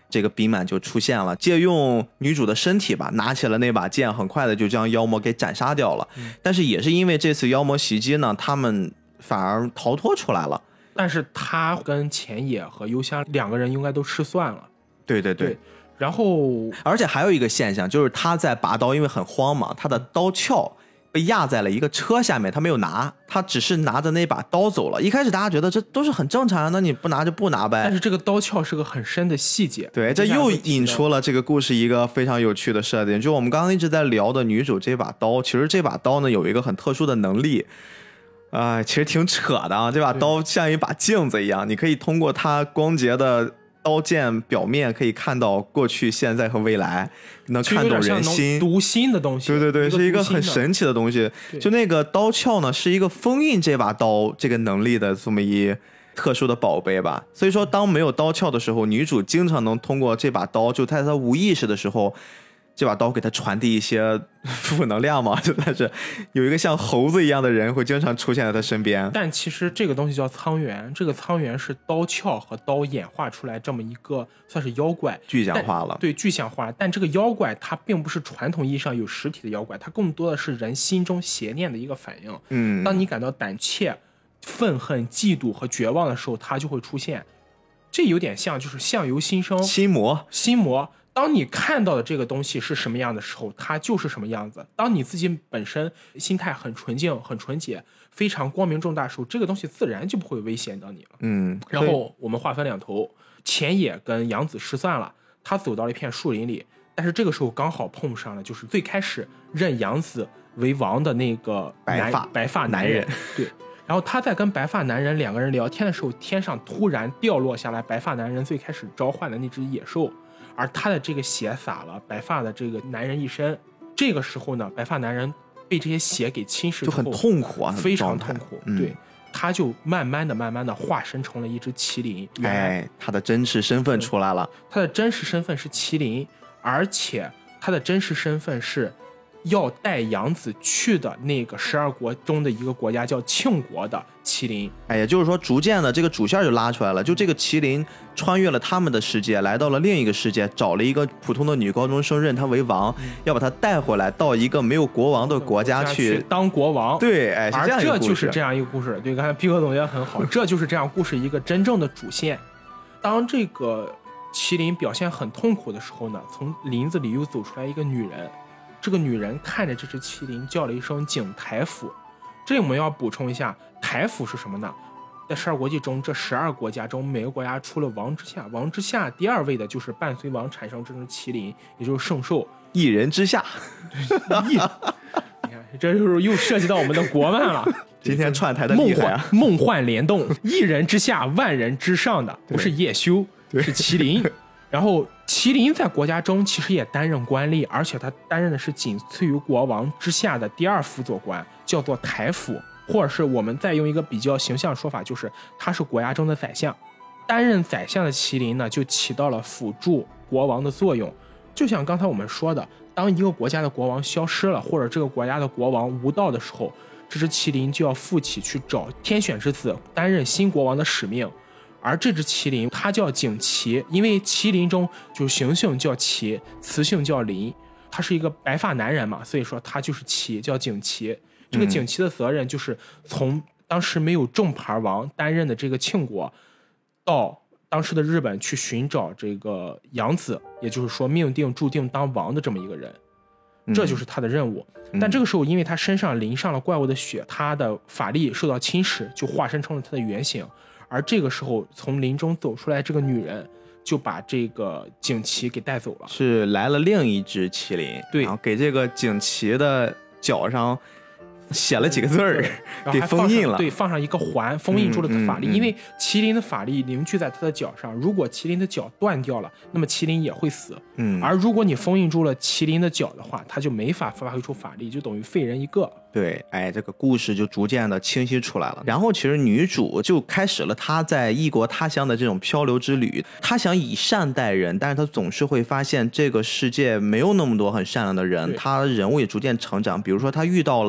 这个比满就出现了，借用女主的身体吧，拿起了那把剑，很快的就将妖魔给斩杀掉了。嗯、但是也是因为这次妖魔袭击呢，他们反而逃脱出来了。 但是他跟浅野和幽香两个人应该都失算了。 对对 对, 对。 然后， 而且还有一个现象，就是他在拔刀，因为很慌嘛，他的刀鞘被压在了一个车下面，他没有拿，他只是拿着那把刀走了。一开始大家觉得这都是很正常，那你不拿就不拿呗。 但是这个刀鞘是个很深的细节， 对，这又引出了这个故事一个非常有趣的设定，就我们刚刚一直在聊的女主这把刀，其实这把刀呢有一个很特殊的能力。啊、呃，其实挺扯的啊！这把刀像一把镜子一样，你可以通过它光洁的刀剑表面可以看到过去、现在和未来，能看懂人心， 读心的东西。 对对对，是一个很神奇的东西。就那个刀鞘呢，是一个封印这把刀这个能力的这么一特殊的宝贝吧。所以说，当没有刀鞘的时候，女主经常能通过这把刀，就在她无意识的时候。这把刀给他传递一些负能量嘛，就但是有一个像猴子一样的人会经常出现在他身边。 但其实这个东西叫苍元，这个苍元是刀鞘和刀演化出来这么一个算是妖怪， 具象化了。 对，具象化。但这个妖怪它并不是传统意义上有实体的妖怪，它更多的是人心中邪念的一个反应。 嗯， 当你感到胆怯、愤恨、嫉妒和绝望的时候，它就会出现。这有点像就是相由心生， 心魔， 心魔。当你看到的这个东西是什么样的时候，它就是什么样子。当你自己本身心态很纯净、很纯洁、非常光明正大的时候，这个东西自然就不会危险到你了。 嗯， 然后我们划分两头，浅野跟杨子失散了，他走到了一片树林里，但是这个时候刚好碰上了，就是最开始认杨子为王的那个白发白发男人，对。然后他在跟白发男人两个人聊天的时候，天上突然掉落下来白发男人最开始召唤的那只野兽。而他的这个血洒了白发的这个男人一身，这个时候呢，白发男人被这些血给侵蚀之后， 就很痛苦啊， 非常痛苦。 嗯、 对，他就慢慢的、慢慢的化身成了一只麒麟。 哎，他的真实身份出来了。 他的真实身份是麒麟，而且他的真实身份是要带杨子去的那个十二国中的一个国家叫庆国的麒麟。 哎，也就是说，逐渐的这个主线就拉出来了，就这个麒麟穿越了他们的世界，来到了另一个世界，找了一个普通的女高中生认他为王，嗯、要把他带回来到一个没有国王的国家去当国王。 对，哎，是这样一个故事。 而这就是这样一个故事。对，刚才皮哥总结很好，这就是这样故事一个真正的主线。当这个麒麟表现很痛苦的时候呢，从林子里又走出来一个女人。这个女人看着这只麒麟叫了一声景台府。这里我们要补充一下，台府是什么呢？在十二国际中，这十二国家中每个国家除了王之下，王之下第二位的就是伴随王产生这只麒麟，也就是圣兽。 一人之下， 一你看这就是又涉及到我们的国漫了。 今天串台的厉害啊！ 梦幻联动，一人之下万人之上的不是叶修，是麒麟。然后麒麟在国家中其实也担任官吏，而且他担任的是仅次于国王之下的第二辅佐官，叫做台辅，或者是我们再用一个比较形象的说法，就是他是国家中的宰相。担任宰相的麒麟呢，就起到了辅助国王的作用。就像刚才我们说的，当一个国家的国王消失了，或者这个国家的国王无道的时候，这只麒麟就要负起去找天选之子担任新国王的使命。而这只麒麟它叫景岐，因为麒麟中就是雄性叫岐，雌性叫麟，他是一个白发男人嘛，所以说他就是岐，叫景岐。这个景岐的责任就是从当时没有正牌王担任的这个庆国，到当时的日本去寻找这个养子，也就是说命定注定当王的这么一个人，这就是他的任务。嗯、但这个时候因为他身上淋上了怪物的血，他的法力受到侵蚀，就化身成了他的原型。而这个时候从林中走出来这个女人就把这个景岐给带走了， 是来了另一只麒麟， 对， 然后给这个景岐的脚上写了几个字儿，给封印了， 对，放上一个环，封印住了他的法力、嗯嗯嗯、因为麒麟的法力凝聚在他的脚上，如果麒麟的脚断掉了，那么麒麟也会死， 嗯， 而如果你封印住了麒麟的脚的话，他就没法发挥出法力，就等于废人一个。 对，哎，这个故事就逐渐的清晰出来了。然后其实女主就开始了她在异国他乡的这种漂流之旅，她想以善待人，但是她总是会发现这个世界没有那么多很善良的人，她人物也逐渐成长。比如说她遇到了一个很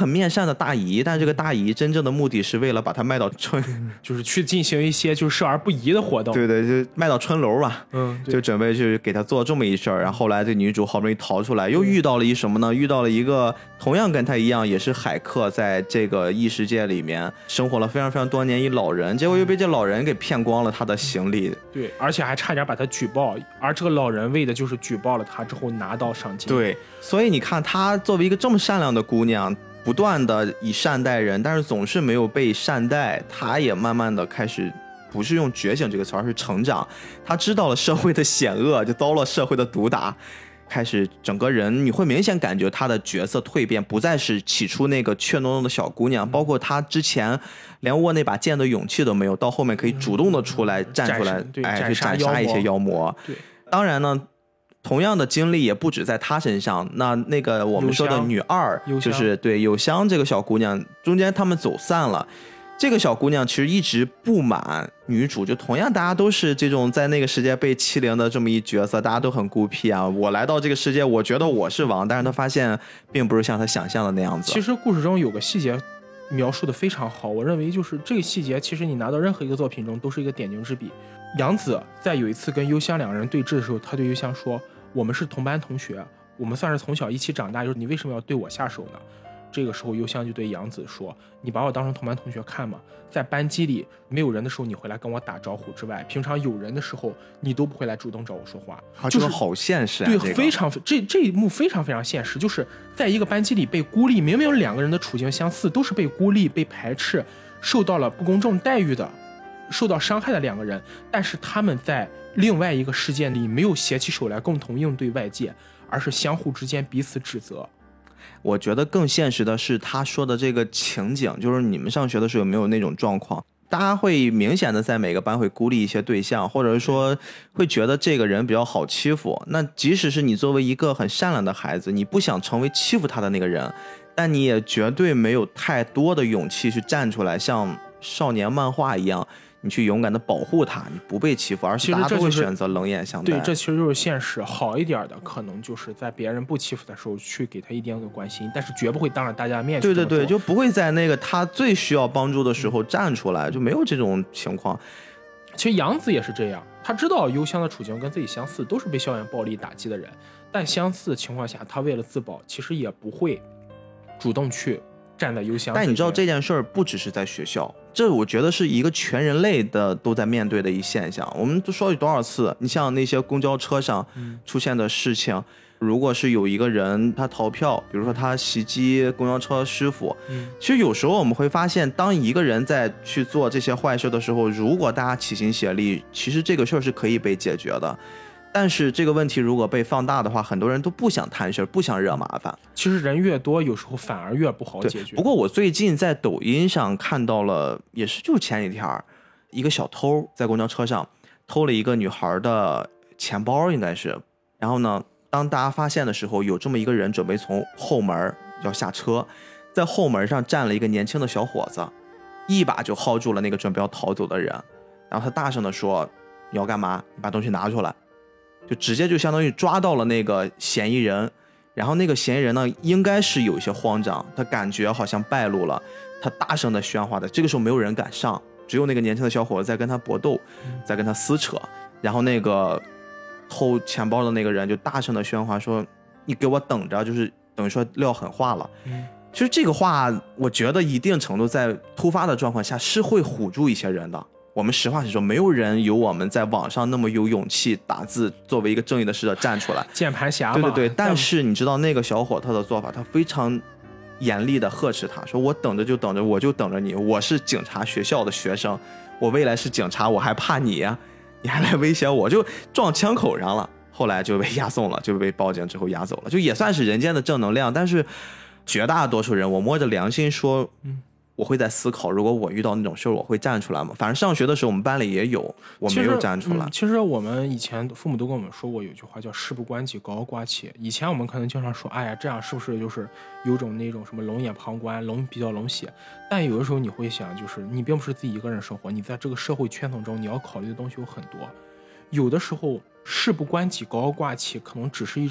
很面善的大姨，但这个大姨真正的目的是为了把她卖到春， 嗯、就是去进行一些就是少儿不宜的活动。 对对，就卖到春楼吧。 嗯， 就准备去给她做这么一事儿。然后后来这女主好不容易逃出来，又遇到了一什么呢？遇到了一个同样跟她一样也是海客，在这个异世界里面生活了非常非常多年一老人，结果又被这老人给骗光了他的行李。 对，而且还差点把他举报，而这个老人为的就是举报了他之后拿到赏金。 对，所以你看她作为一个这么善良的姑娘，不断的以善待人，但是总是没有被善待，她也慢慢的开始不是用觉醒这个词，而是成长。她知道了社会的险恶，就遭了社会的毒打，开始整个人你会明显感觉她的角色蜕变，不再是起初那个怯懦懦的小姑娘，包括她之前连握那把剑的勇气都没有，到后面可以主动的出来、嗯、站出来，哎，去斩杀一些妖魔。 对， 当然呢，同样的经历也不止在她身上。那那个我们说的女二，就是对有香这个小姑娘，中间他们走散了。这个小姑娘其实一直不满女主，就同样大家都是这种在那个世界被欺凌的这么一角色，大家都很孤僻啊。我来到这个世界，我觉得我是王，但是她发现并不是像她想象的那样子。 其实故事中有个细节描述的非常好，我认为就是这个细节，其实你拿到任何一个作品中都是一个点睛之笔。杨紫在有一次跟幽香两个人对峙的时候，他对幽香说：“我们是同班同学，我们算是从小一起长大，就是你为什么要对我下手呢？”这个时候幽香就对杨紫说：“你把我当成同班同学看嘛，在班级里没有人的时候你会来跟我打招呼之外，平常有人的时候你都不会来主动找我说话。” 啊，就是好现实啊！ 对， 这个、 非常这这一幕非常非常现实，就是在一个班级里被孤立，明明有两个人的处境相似，都是被孤立、被排斥、受到了不公正待遇的、受到伤害的两个人，但是他们在另外一个事件里没有携起手来共同应对外界，而是相互之间彼此指责。 我觉得更现实的是他说的这个情景，就是你们上学的时候有没有那种状况，大家会明显的在每个班会孤立一些对象，或者是说会觉得这个人比较好欺负。那即使是你作为一个很善良的孩子，你不想成为欺负他的那个人，但你也绝对没有太多的勇气去站出来，像少年漫画一样，你去勇敢的保护他，你不被欺负，而是大家都会选择冷眼相待。 对，这其实就是现实。好一点的可能就是在别人不欺负的时候去给他一点点关心，但是绝不会当着大家面去。 对对对，就不会在那个他最需要帮助的时候站出来，就没有这种情况。 其实杨紫也是这样，他知道幽香的处境跟自己相似，都是被校园暴力打击的人，但相似的情况下，他为了自保，其实也不会主动去站在幽香。 但你知道这件事儿不只是在学校，这我觉得是一个全人类的都在面对的一现象。我们都说了多少次，你像那些公交车上出现的事情、嗯、如果是有一个人他逃票，比如说他袭击公交车师傅、嗯、其实有时候我们会发现，当一个人在去做这些坏事的时候，如果大家齐心协力，其实这个事儿是可以被解决的。但是这个问题如果被放大的话，很多人都不想摊事，不想惹麻烦。 其实人越多，有时候反而越不好解决。 不过我最近在抖音上看到了，也是就前几天，一个小偷在公交车上偷了一个女孩的钱包，应该是。然后呢，当大家发现的时候，有这么一个人准备从后门要下车，在后门上站了一个年轻的小伙子，一把就薅住了那个准备要逃走的人，然后他大声地说：“你要干嘛？你把东西拿出来。”就直接就相当于抓到了那个嫌疑人，然后那个嫌疑人呢，应该是有一些慌张，他感觉好像败露了，他大声的喧哗的，这个时候没有人敢上，只有那个年轻的小伙子在跟他搏斗，在跟他撕扯，然后那个偷钱包的那个人就大声的喧哗说：“你给我等着！”就是等于说撂狠话了。嗯，其实这个话，我觉得一定程度在突发的状况下是会唬住一些人的。我们实话实说，没有人有我们在网上那么有勇气打字，作为一个正义的使者站出来， 键盘侠嘛。 对对对，但是你知道那个小伙他的做法，他非常严厉的呵斥他，说我等着就等着，我就等着你，我是警察学校的学生，我未来是警察，我还怕你呀、啊？你还来威胁我，就撞枪口上了。后来就被押送了，就被报警之后押走了，就也算是人间的正能量。但是绝大多数人，我摸着良心说，嗯。我会在思考，如果我遇到那种事儿，我会站出来吗？反正上学的时候，我们班里也有，我没有站出来。 其实、嗯、其实我们以前父母都跟我们说过，有句话叫"事不关己，高高挂起"。以前我们可能经常说，哎呀，这样是不是就是有种那种什么冷眼旁观，冷比较冷血？但有的时候你会想，就是你并不是自己一个人生活，你在这个社会圈层中，你要考虑的东西有很多。有的时候，事不关己，高高挂起，可能只是一种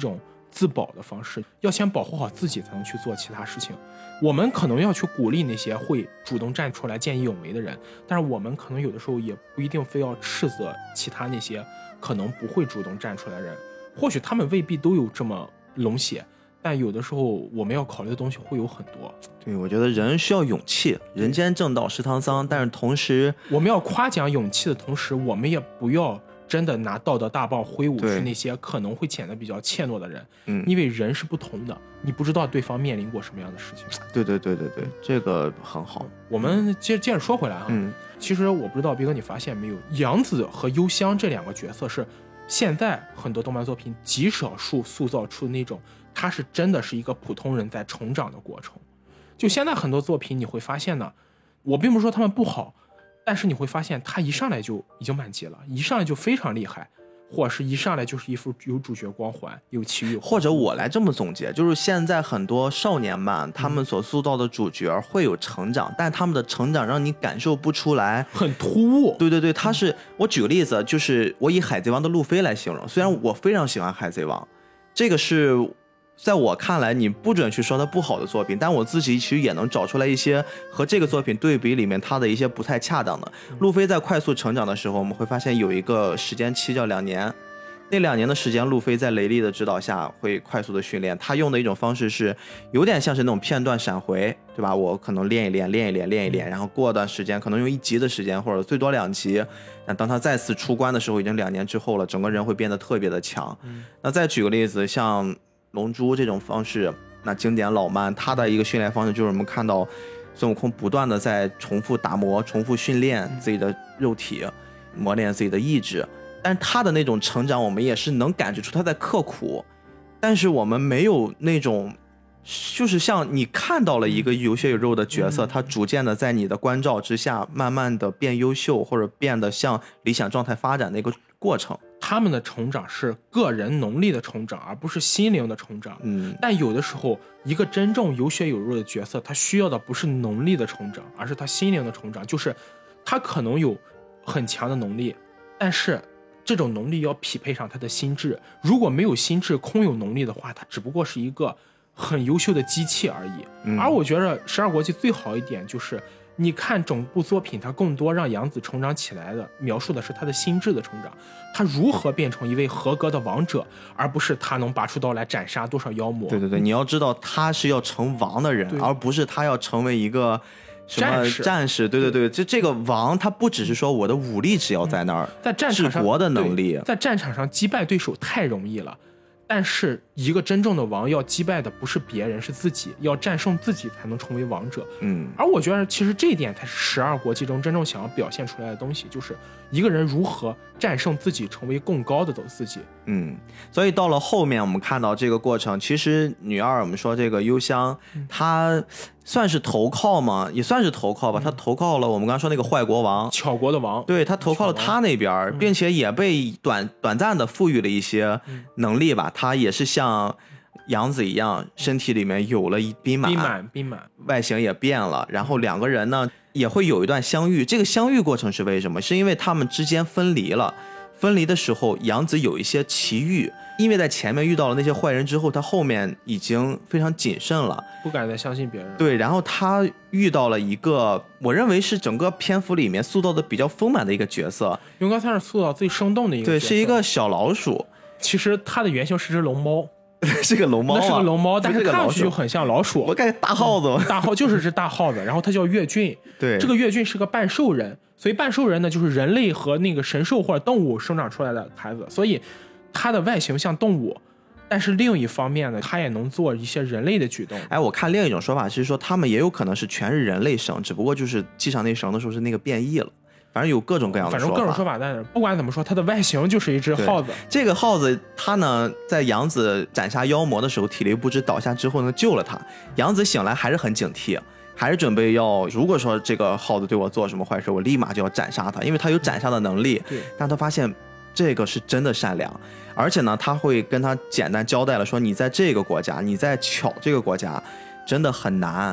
自保的方式，要先保护好自己才能去做其他事情。我们可能要去鼓励那些会主动站出来见义勇为的人，但是我们可能有的时候也不一定非要斥责其他那些可能不会主动站出来的人，或许他们未必都有这么冷血，但有的时候我们要考虑的东西会有很多。 对，我觉得人需要勇气，人间正道是沧桑，但是同时我们要夸奖勇气的同时，我们也不要真的拿道德大棒挥舞去那些可能会显得比较怯懦的人，嗯，因为人是不同的，你不知道对方面临过什么样的事情。 对对对对对，这个很好。 我们接接着说回来啊， 嗯， 其实我不知道斌哥你发现没有，杨紫和幽香这两个角色是现在很多动漫作品极少数塑造出的那种，他是真的是一个普通人在成长的过程。就现在很多作品你会发现呢，我并不是说他们不好，但是你会发现他一上来就已经满级了，一上来就非常厉害，或者是一上来就是一副有主角光环有奇遇。 或者我来这么总结，就是现在很多少年漫他们所塑造的主角会有成长，嗯，但他们的成长让你感受不出来， 很突兀。 对对对，他是，我举个例子，就是我以海贼王的路飞来形容，虽然我非常喜欢海贼王，这个是在我看来你不准去说它不好的作品，但我自己其实也能找出来一些和这个作品对比里面它的一些不太恰当的。路飞在快速成长的时候，我们会发现有一个时间期叫两年，那两年的时间路飞在雷利的指导下会快速的训练，他用的一种方式是有点像是那种片段闪回，对吧？我可能练一练练一练练一练，然后过段时间可能用一集的时间或者最多两集，那当他再次出关的时候已经两年之后了，整个人会变得特别的强。那再举个例子，像龙珠这种方式，那经典老漫它的一个训练方式就是我们看到孙悟空不断的在重复打磨重复训练自己的肉体，磨练自己的意志，但是他的那种成长我们也是能感觉出他在刻苦，但是我们没有那种就是像你看到了一个有血有肉的角色，他逐渐的在你的关照之下慢慢的变优秀，或者变得向理想状态发展的一个过程。 他们的成长是个人能力的成长，而不是心灵的成长。嗯，但有的时候一个真正有血有肉的角色，他需要的不是能力的成长，而是他心灵的成长。就是他可能有很强的能力，但是这种能力要匹配上他的心智，如果没有心智空有能力的话，他只不过是一个很优秀的机器而已。嗯，而我觉得十二国际最好一点就是你看整部作品，它更多让杨紫成长起来的描述的是他的心智的成长，他如何变成一位合格的王者，而不是他能拔出刀来斩杀多少妖魔。 对对对，你要知道他是要成王的人，而不是他要成为一个什么战士。战士对对对，这这个王他不只是说我的武力只要在那儿，嗯， 在战场上治国的能力， 在战场上击败对手太容易了。但是一个真正的王要击败的不是别人，是自己，要战胜自己才能成为王者。嗯，而我觉得其实这一点才是十二国际中真正想要表现出来的东西，就是一个人如何战胜自己，成为更高的自己。 嗯，所以到了后面我们看到这个过程，其实女二我们说这个幽香，嗯，她算是投靠吗？也算是投靠吧，她投靠了我们刚刚说那个坏国王， 巧国的王， 对，她投靠了他那边，嗯，并且也被短短暂的赋予了一些能力吧。她也是像杨紫一样，身体里面有了一冰满， 冰满，冰满， 外形也变了。然后两个人呢也会有一段相遇。这个相遇过程是为什么？是因为他们之间分离了。分离的时候，杨紫有一些奇遇，因为在前面遇到了那些坏人之后，他后面已经非常谨慎了， 不敢再相信别人。 对，然后他遇到了一个我认为是整个篇幅里面塑造的比较丰满的一个角色， 应该算是塑造最生动的一个角色。 对，是一个小老鼠。 其实它的原型是只龙猫。 是个龙猫，啊， 那是个龙猫，但是看上去就很像老鼠。 我感觉大耗子， 嗯，大耗就是只大耗子，然后它叫月俊。 对， 这个月俊是个半兽人，所以半兽人呢就是人类和那个神兽或者动物生长出来的孩子，所以它的外形像动物，但是另一方面呢，它也能做一些人类的举动。 哎，我看另一种说法是说，他们也有可能是全是人类生，只不过就是系上那绳的时候是那个变异了。反正有各种各样的说法， 反正各种说法，但是不管怎么说，它的外形就是一只耗子。 这个耗子，它呢，在杨紫斩杀妖魔的时候，体力不支倒下之后呢，救了他。杨紫醒来还是很警惕，还是准备要，如果说这个耗子对我做什么坏事，我立马就要斩杀他，因为他有斩杀的能力。 对， 但他发现这个是真的善良，而且呢，他会跟他简单交代了说，你在这个国家，你在巧这个国家，真的很难。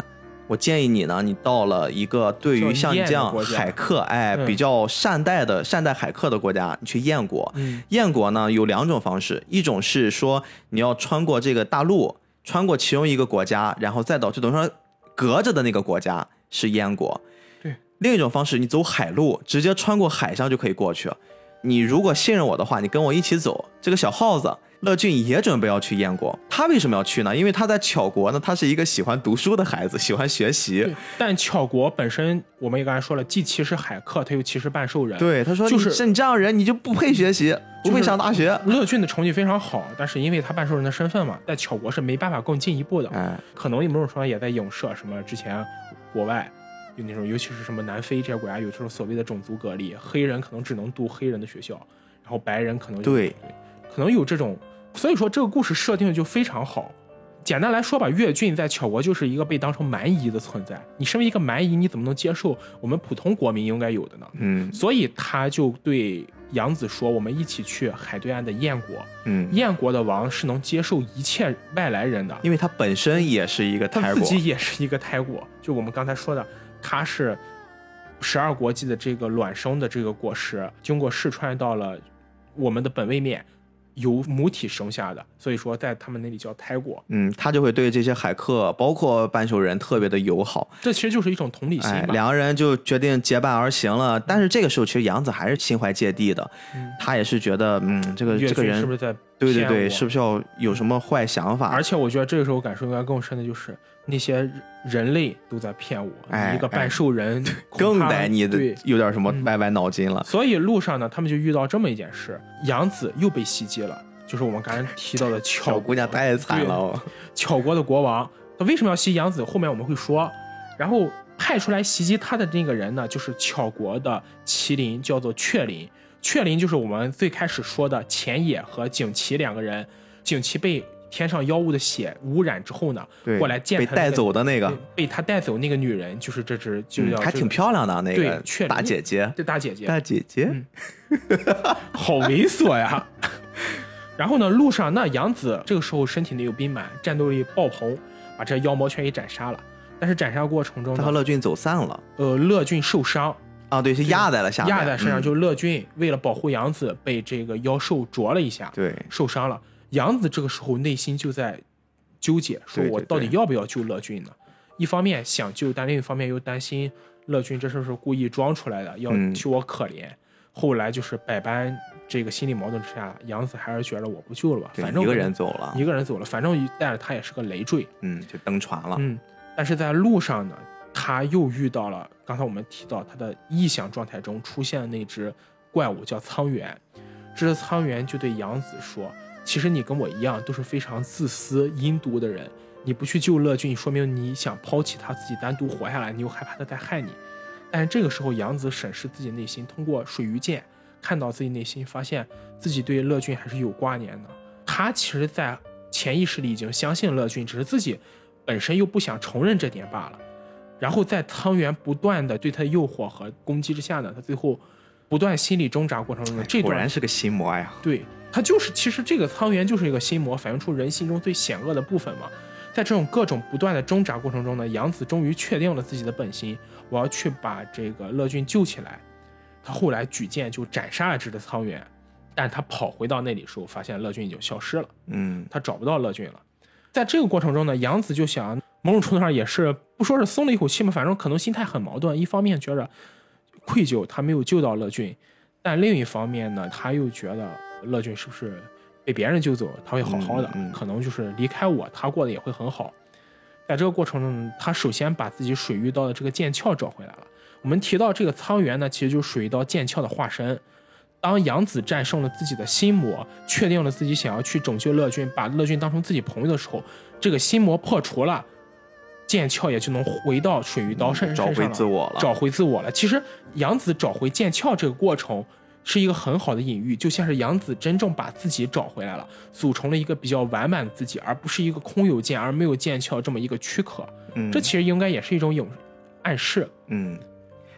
我建议你呢，你到了一个对于像你这样海客，哎， 嗯、 比较善待的善待海客的国家，你去燕国。 嗯， 燕国呢有两种方式，一种是说你要穿过这个大陆，穿过其中一个国家，然后再到就等于说隔着的那个国家是燕国。 对， 另一种方式，你走海路，直接穿过海上就可以过去。你如果信任我的话，你跟我一起走。这个小耗子乐俊也准备要去燕国，他为什么要去呢？因为他在巧国呢，他是一个喜欢读书的孩子，喜欢学习。 但巧国本身，我们也刚才说了，既歧视海客，他又歧视半兽人。 对，他说就是你, 你这样人，你就不配学习，不配上大学。 就是、乐俊的成绩非常好，但是因为他半兽人的身份嘛，在巧国是没办法更进一步的。 哎， 可能某种程度也在影射什么之前国外有那种，尤其是什么南非这些国家有这种所谓的种族隔离，黑人可能只能读黑人的学校，然后白人可能对对，可能有这种。所以说这个故事设定就非常好。简单来说吧，乐俊在巧国就是一个被当成蛮夷的存在。你身为一个蛮夷，你怎么能接受我们普通国民应该有的呢？ 嗯， 所以他就对杨子说：“我们一起去海对岸的燕国。 嗯， 燕国的王是能接受一切外来人的， 因为他本身也是一个胎国， 他自己也是一个胎国。就我们刚才说的，他是十二国际的这个卵生的这个果实，经过试穿到了我们的本位面。”由母体生下的，所以说在他们那里叫胎国。 嗯，他就会对这些海客，包括半兽人特别的友好。 这其实就是一种同理心吧。 哎、两个人就决定结伴而行了。但是这个时候，其实杨子还是心怀芥蒂的，嗯、他也是觉得，嗯，这个这个人是不是在对对对，是不是要有什么坏想法？ 而且我觉得这个时候感受应该更深的就是那些人类都在骗我， 哎、 你一个半兽人、 哎、更得你的有点什么歪歪脑筋了、 嗯。所以路上呢，他们就遇到这么一件事，杨子又被袭击了。就是我们刚才提到的巧小姑娘太惨了、哦， 巧国的国王他为什么要袭杨子？后面我们会说。然后派出来袭击他的那个人呢，就是巧国的麒麟，叫做雀麟。雀麟就是我们最开始说的前野和景琦两个人。景琦被天上妖物的血污染之后呢，过来见他、那个、 被带走的那个， 被他带走那个女人，就是这只就叫、 嗯、还挺漂亮的那个大姐姐， 这大姐姐， 大姐姐， 嗯、好猥琐呀。然后呢，路上那杨子这个时候身体内有冰满，战斗力爆棚，把这妖魔全给斩杀了。但是斩杀过程中， 他和乐俊走散了。 呃，乐俊受伤啊，对，是压在了下面， 压在身上。嗯、就是乐俊为了保护杨子，被这个妖兽啄了一下， 对， 受伤了。杨子这个时候内心就在纠结，说我到底要不要救乐俊呢？对对对，一方面想救，但另一方面又担心乐俊这是不是故意装出来的，要替我可怜。嗯、后来就是百般。这个心理矛盾之下，杨子还是觉得我不救了吧，反正一个人走了， 一个人走了，反正带着他也是个累赘， 嗯，就登船了， 嗯。但是在路上呢，他又遇到了刚才我们提到他的臆想状态中出现的那只怪物，叫苍猿。这只苍猿就对杨子说：“其实你跟我一样，都是非常自私阴毒的人。你不去救乐俊，说明你想抛弃他自己单独活下来，你又害怕他再害你。”但是这个时候，杨子审视自己内心，通过水鱼剑。看到自己内心，发现自己对乐俊还是有挂念的。他其实在潜意识里已经相信乐俊，只是自己本身又不想承认这点罢了。然后在苍猿不断的对他的诱惑和攻击之下呢，他最后不断心理挣扎过程中的这段， 果然是个心魔呀。 对，他就是其实这个苍猿就是一个心魔，反映出人心中最险恶的部分嘛。在这种各种不断的挣扎过程中呢，杨子终于确定了自己的本心，我要去把这个乐俊救起来。他后来举剑就斩杀了这只苍猿，但他跑回到那里的时候，发现乐俊已经消失了。 嗯， 他找不到乐俊了。在这个过程中呢，杨子就想，某种程度上也是不说是松了一口气嘛，反正可能心态很矛盾。一方面觉得愧疚，他没有救到乐俊，但另一方面呢，他又觉得乐俊是不是被别人救走，他会好好的， 嗯嗯、 可能就是离开我，他过得也会很好。在这个过程中，他首先把自己水域刀的这个剑鞘找回来了。我们提到这个苍猿呢，其实就是水刀剑鞘的化身。当杨子战胜了自己的心魔，确定了自己想要去拯救乐俊，把乐俊当成自己朋友的时候，这个心魔破除了，剑鞘也就能回到水域刀身上了， 找回自我了， 找回自我了。其实杨子找回剑鞘这个过程是一个很好的隐喻，就像是杨子真正把自己找回来了，组成了一个比较完满的自己，而不是一个空有剑而没有剑鞘这么一个躯壳。 嗯， 这其实应该也是一种影暗示。 嗯。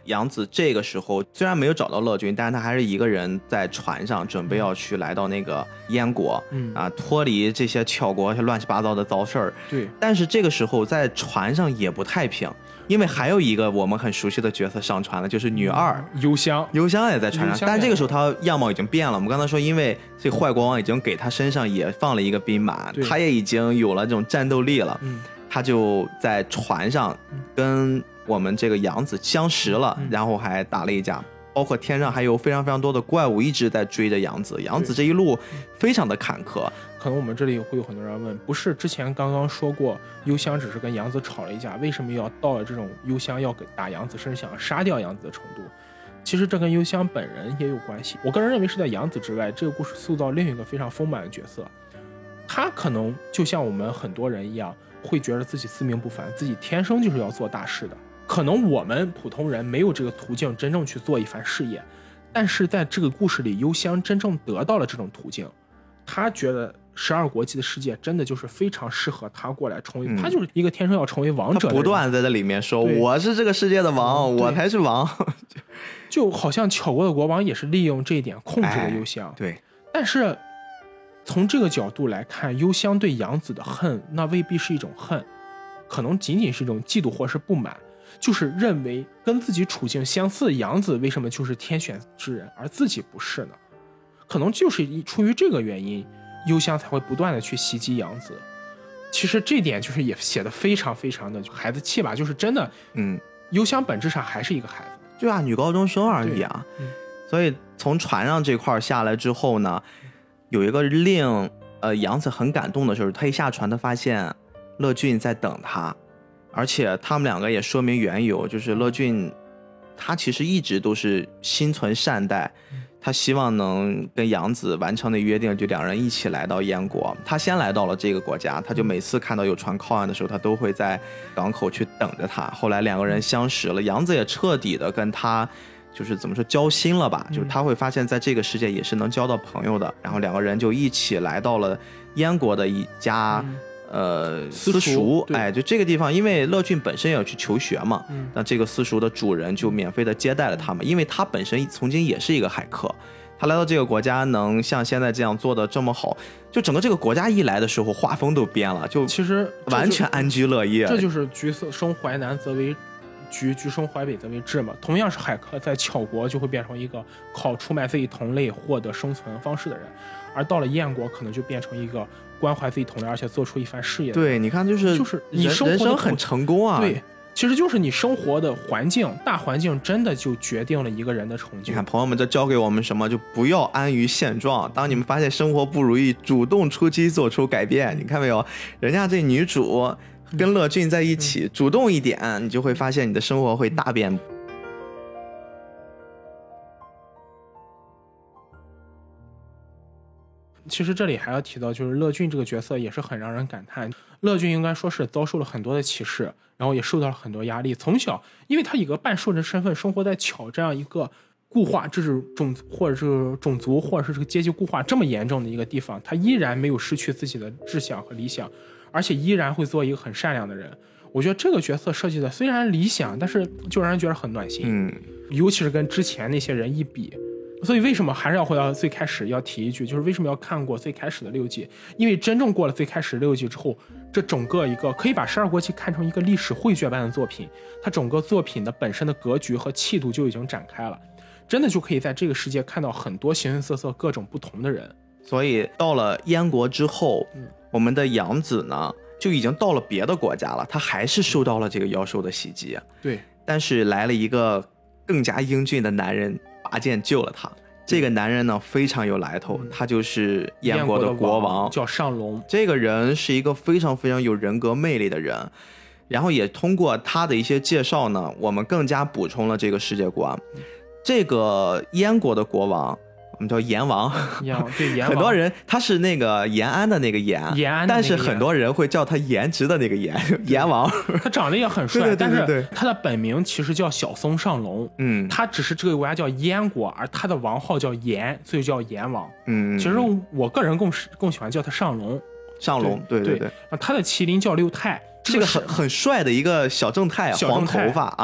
杨子这个时候虽然没有找到乐君，但是他还是一个人在船上准备要去来到那个燕国， 嗯啊，脱离这些巧国乱七八糟的糟事儿。 对， 但是这个时候在船上也不太平，因为还有一个我们很熟悉的角色上船了，就是女二幽香。 幽香也在船上，但这个时候她样貌已经变了。我们刚才说，因为这个坏国王已经给她身上也放了一个兵马，她也已经有了这种战斗力了。 嗯， 她就在船上跟我们这个杨子相识了， 嗯、 然后还打了一架。包括天上还有非常非常多的怪物一直在追着杨子，杨子这一路非常的坎坷。 可能我们这里会有很多人问，不是之前刚刚说过幽香只是跟杨子吵了一架，为什么要到了这种幽香要打杨子，甚至想要杀掉杨子的程度？其实这跟幽香本人也有关系。我个人认为是在杨子之外，这个故事塑造另一个非常丰满的角色。他可能就像我们很多人一样，会觉得自己自命不凡，自己天生就是要做大事的。可能我们普通人没有这个途径真正去做一番事业，但是在这个故事里，幽香真正得到了这种途径。他觉得十二国际的世界真的就是非常适合他过来成为、嗯、他就是一个天生要成为王者的人。 他不断在这里面说我是这个世界的王，我才是王。 就好像巧国的国王也是利用这一点控制了幽香、哎、 对。 但是从这个角度来看，幽香对杨子的恨那未必是一种恨，可能仅仅是一种嫉妒或是不满，就是认为跟自己处境相似的杨子为什么就是天选之人而自己不是呢？可能就是出于这个原因，幽香才会不断的去袭击杨子。其实这点就是也写的非常非常的孩子气吧，就是真的， 嗯， 幽香本质上还是一个孩子， 对啊，女高中生而已啊。嗯、所以从船上这块下来之后呢，有一个令呃杨子很感动的时候，他一下船，他发现乐俊在等他，而且他们两个也说明缘由，就是乐俊他其实一直都是心存善待。他希望能跟杨子完成的约定，就两人一起来到燕国。他先来到了这个国家，他就每次看到有船靠岸的时候，他都会在港口去等着他。后来两个人相识了，杨子也彻底的跟他就是怎么说交心了吧，就是他会发现在这个世界也是能交到朋友的。然后两个人就一起来到了燕国的一家、嗯呃，私塾，哎，就这个地方，因为乐俊本身也要去求学嘛，嗯，那这个私塾的主人就免费的接待了他们，因为他本身曾经也是一个海客，他来到这个国家能像现在这样做的这么好，就整个这个国家一来的时候画风都变了，就其实完全安居乐业。 这就是橘生淮南则为橘，橘生淮北则为枳嘛。同样是海客，在巧国就会变成一个靠出卖自己同类获得生存方式的人，而到了燕国可能就变成一个关怀自己同类，而且做出一番事业。 对，你看，就是就是你生活人生很成功啊。 对，其实就是你生活的环境，大环境真的就决定了一个人的成就。 你看，朋友们，这教给我们什么？就不要安于现状。当你们发现生活不如意，主动出击，做出改变。你看没有？人家这女主跟乐俊在一起，嗯、主动一点，你就会发现你的生活会大变。 其实这里还要提到，就是乐俊这个角色也是很让人感叹。乐俊应该说是遭受了很多的歧视，然后也受到了很多压力。从小，因为他以一个半兽人身份生活在巧这样一个固化，这是种或者是种族或者是这个阶级固化这么严重的一个地方，他依然没有失去自己的志向和理想，而且依然会做一个很善良的人。我觉得这个角色设计的虽然理想，但是就让人觉得很暖心。 嗯， 尤其是跟之前那些人一比。所以为什么还是要回到最开始要提一句，就是为什么要看过最开始的六季？因为真正过了最开始六季之后，这整个一个可以把十二国旗看成一个历史绘卷般的作品，它整个作品的本身的格局和气度就已经展开了，真的就可以在这个世界看到很多形形色色各种不同的人。 所以到了燕国之后、嗯、我们的杨子呢就已经到了别的国家了，他还是受到了这个妖兽的袭击。 对， 但是来了一个更加英俊的男人拔剑救了他。这个男人呢非常有来头、嗯、他就是燕国的国王， 叫上龙。 这个人是一个非常非常有人格魅力的人，然后也通过他的一些介绍呢，我们更加补充了这个世界观、嗯、这个燕国的国王我们叫阎王， 对，阎王很多人他是那个延安的那个延， 延安， 但是很多人会叫他颜值的那个颜，阎王。 他长得也很帅，对对对对对，但是他的本名其实叫小松上龙。 嗯， 他只是这个国家叫燕国，而他的王号叫延，所以叫阎王。 嗯， 其实我个人更更喜欢叫他上龙。 上龙，对对 对, 对。 他的麒麟叫六太， 是个很很帅的一个小正太， 小正太黄头发啊。 对。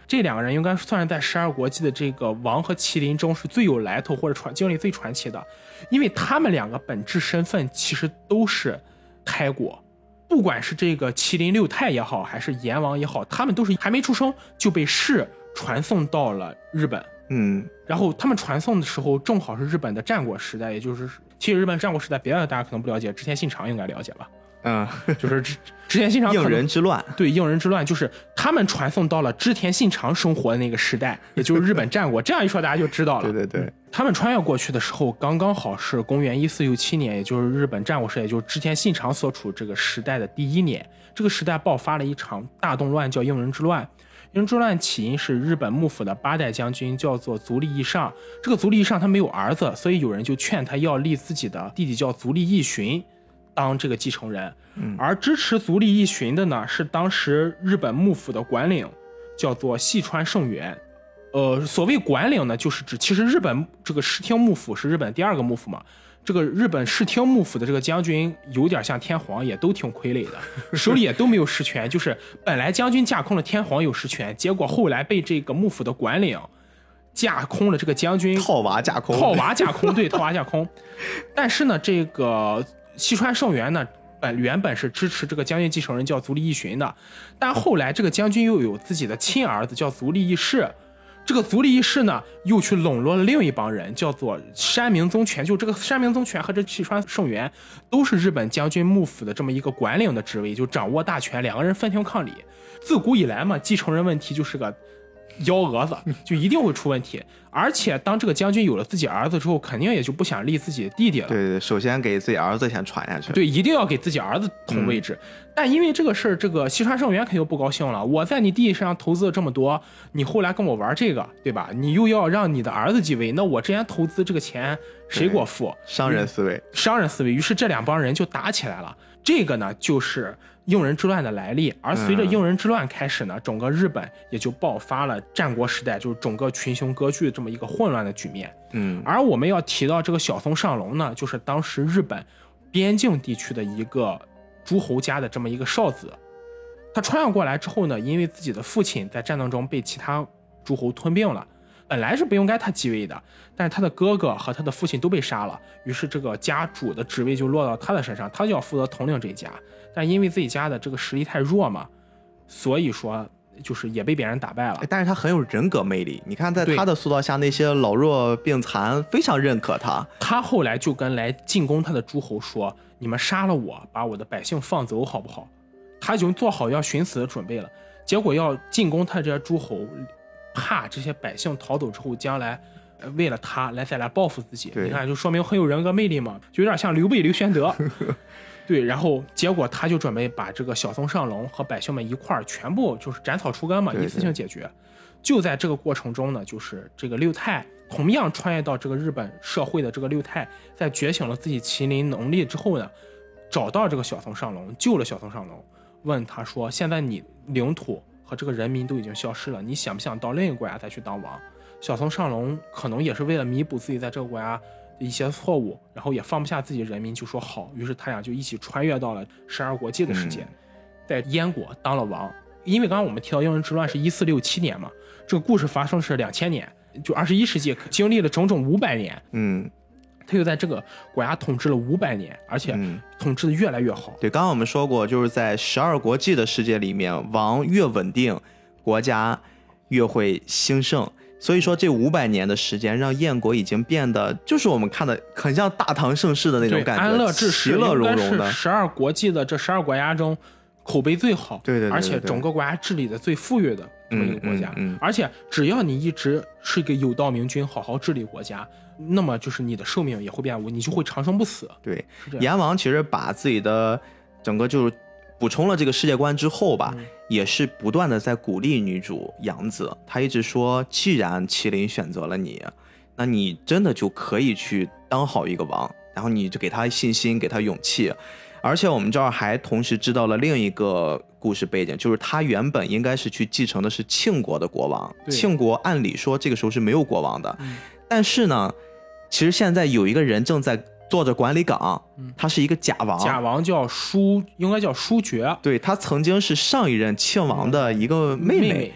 这两个人应该算是在十二国际的这个王和麒麟中是最有来头或者传经历最传奇的，因为他们两个本质身份其实都是开国，不管是这个麒麟六太也好，还是阎王也好，他们都是还没出生就被士传送到了日本。 嗯， 然后他们传送的时候正好是日本的战国时代，也就是其实日本战国时代别的大家可能不了解，织田信长应该了解吧。 嗯， 就是织织田信长应人之乱， 对，应人之乱就是他们传送到了织田信长生活的那个时代，也就是日本战国。这样一说大家就知道了。 对对对， 他们穿越过去的时候刚刚好是公元一四六七年，也就是日本战国时代，也就是织田信长所处这个时代的第一年。这个时代爆发了一场大动乱，叫应人之乱。应人之乱起因是日本幕府的八代将军叫做足利义尚，这个足利义尚他没有儿子，所以有人就劝他要立自己的弟弟叫足利义寻当这个继承人。 嗯， 而支持足利义寻的呢是当时日本幕府的管领，叫做细川胜元。呃，所谓管领呢，就是指其实日本这个室町幕府是日本第二个幕府嘛。这个日本室町幕府的这个将军有点像天皇，也都挺傀儡的，手里也都没有实权。就是本来将军架空了天皇有实权，结果后来被这个幕府的管领架空了这个将军， 套娃架空， 套娃架空，对，套娃架空。但是呢，这个细川胜元呢，本原本是支持这个将军继承人叫足利义寻的，但后来这个将军又有自己的亲儿子叫足利义氏。这个足利义氏呢，又去笼络了另一帮人，叫做山明宗权。就这个山明宗权和这细川胜元都是日本将军幕府的这么一个管领的职位，就掌握大权，两个人分庭抗礼。自古以来嘛，继承人问题就是个幺蛾子，就一定会出问题。而且当这个将军有了自己儿子之后，肯定也就不想立自己的弟弟了。 对对，首先给自己儿子先传下去。 对，一定要给自己儿子统位置。嗯、但因为这个事儿，这个细川胜元肯定不高兴了。我在你弟弟身上投资了这么多，你后来跟我玩这个，对吧？你又要让你的儿子继位，那我之前投资这个钱谁给我付？ 商人思维， 商人思维。于是这两帮人就打起来了。这个呢，就是应人之乱的来历。而随着应人之乱开始呢，整个日本也就爆发了战国时代，就是整个群雄割据的这么一个混乱的局面。 嗯， 而我们要提到这个小松上龙呢，就是当时日本边境地区的一个诸侯家的这么一个少子。他穿越过来之后呢，因为自己的父亲在战斗中被其他诸侯吞并了，本来是不应该他继位的，但是他的哥哥和他的父亲都被杀了，于是这个家主的职位就落到他的身上，他就要负责统领这一家。但因为自己家的这个实力太弱嘛，所以说就是也被别人打败了。 但是他很有人格魅力，你看在他的塑造下，那些老弱病残非常认可他。 他后来就跟来进攻他的诸侯说，你们杀了我，把我的百姓放走好不好？他就做好要寻死的准备了。结果要进攻他这些诸侯，怕这些百姓逃走之后将来为了他来再来报复自己。你看就说明很有人格魅力嘛，就有点像刘备刘玄德。对，然后结果他就准备把这个小松上龙和百姓们一块儿全部就是斩草除根嘛，一次性解决。就在这个过程中呢，就是这个六太同样穿越到这个日本社会的这个六太，在觉醒了自己麒麟能力之后呢，找到这个小松上龙，救了小松上龙，问他说：“现在你领土和这个人民都已经消失了，你想不想到另一个国家再去当王？”小松上龙可能也是为了弥补自己在这个国家一些错误，然后也放不下自己人民，就说好，于是他俩就一起穿越到了十二国际的世界，嗯、在燕国当了王。因为刚刚我们提到应人之乱是一四六七年嘛，这个故事发生是两千年，就二十一世纪经历了整整五百年。 嗯， 他又在这个国家统治了五百年，而且统治的越来越好。 嗯、对，刚刚我们说过，就是在十二国际的世界里面，王越稳定，国家越会兴盛。所以说这五百年的时间让燕国已经变得就是我们看的很像大唐盛世的那种感觉， 安乐治世， 其乐融融的。 十二国际的这十二国家中口碑最好， 对 对, 对, 对, 对， 而且整个国家治理的最富裕的这么一个国家。 嗯嗯嗯、 而且只要你一直是一个有道明君，好好治理国家，那么就是你的寿命也会变无，你就会长生不死。 对，燕王其实把自己的整个就是补充了这个世界观之后吧，嗯、也是不断的在鼓励女主杨子。他一直说，既然麒麟选择了你，那你真的就可以去当好一个王，然后你就给他信心，给他勇气。而且我们这儿还同时知道了另一个故事背景，就是他原本应该是去继承的是庆国的国王，庆国按理说这个时候是没有国王的， 嗯、 但是呢，其实现在有一个人正在坐着管理岗，他是一个假王， 假王叫舒，应该叫舒觉。 对，他曾经是上一任庆王的一个妹妹， 妹妹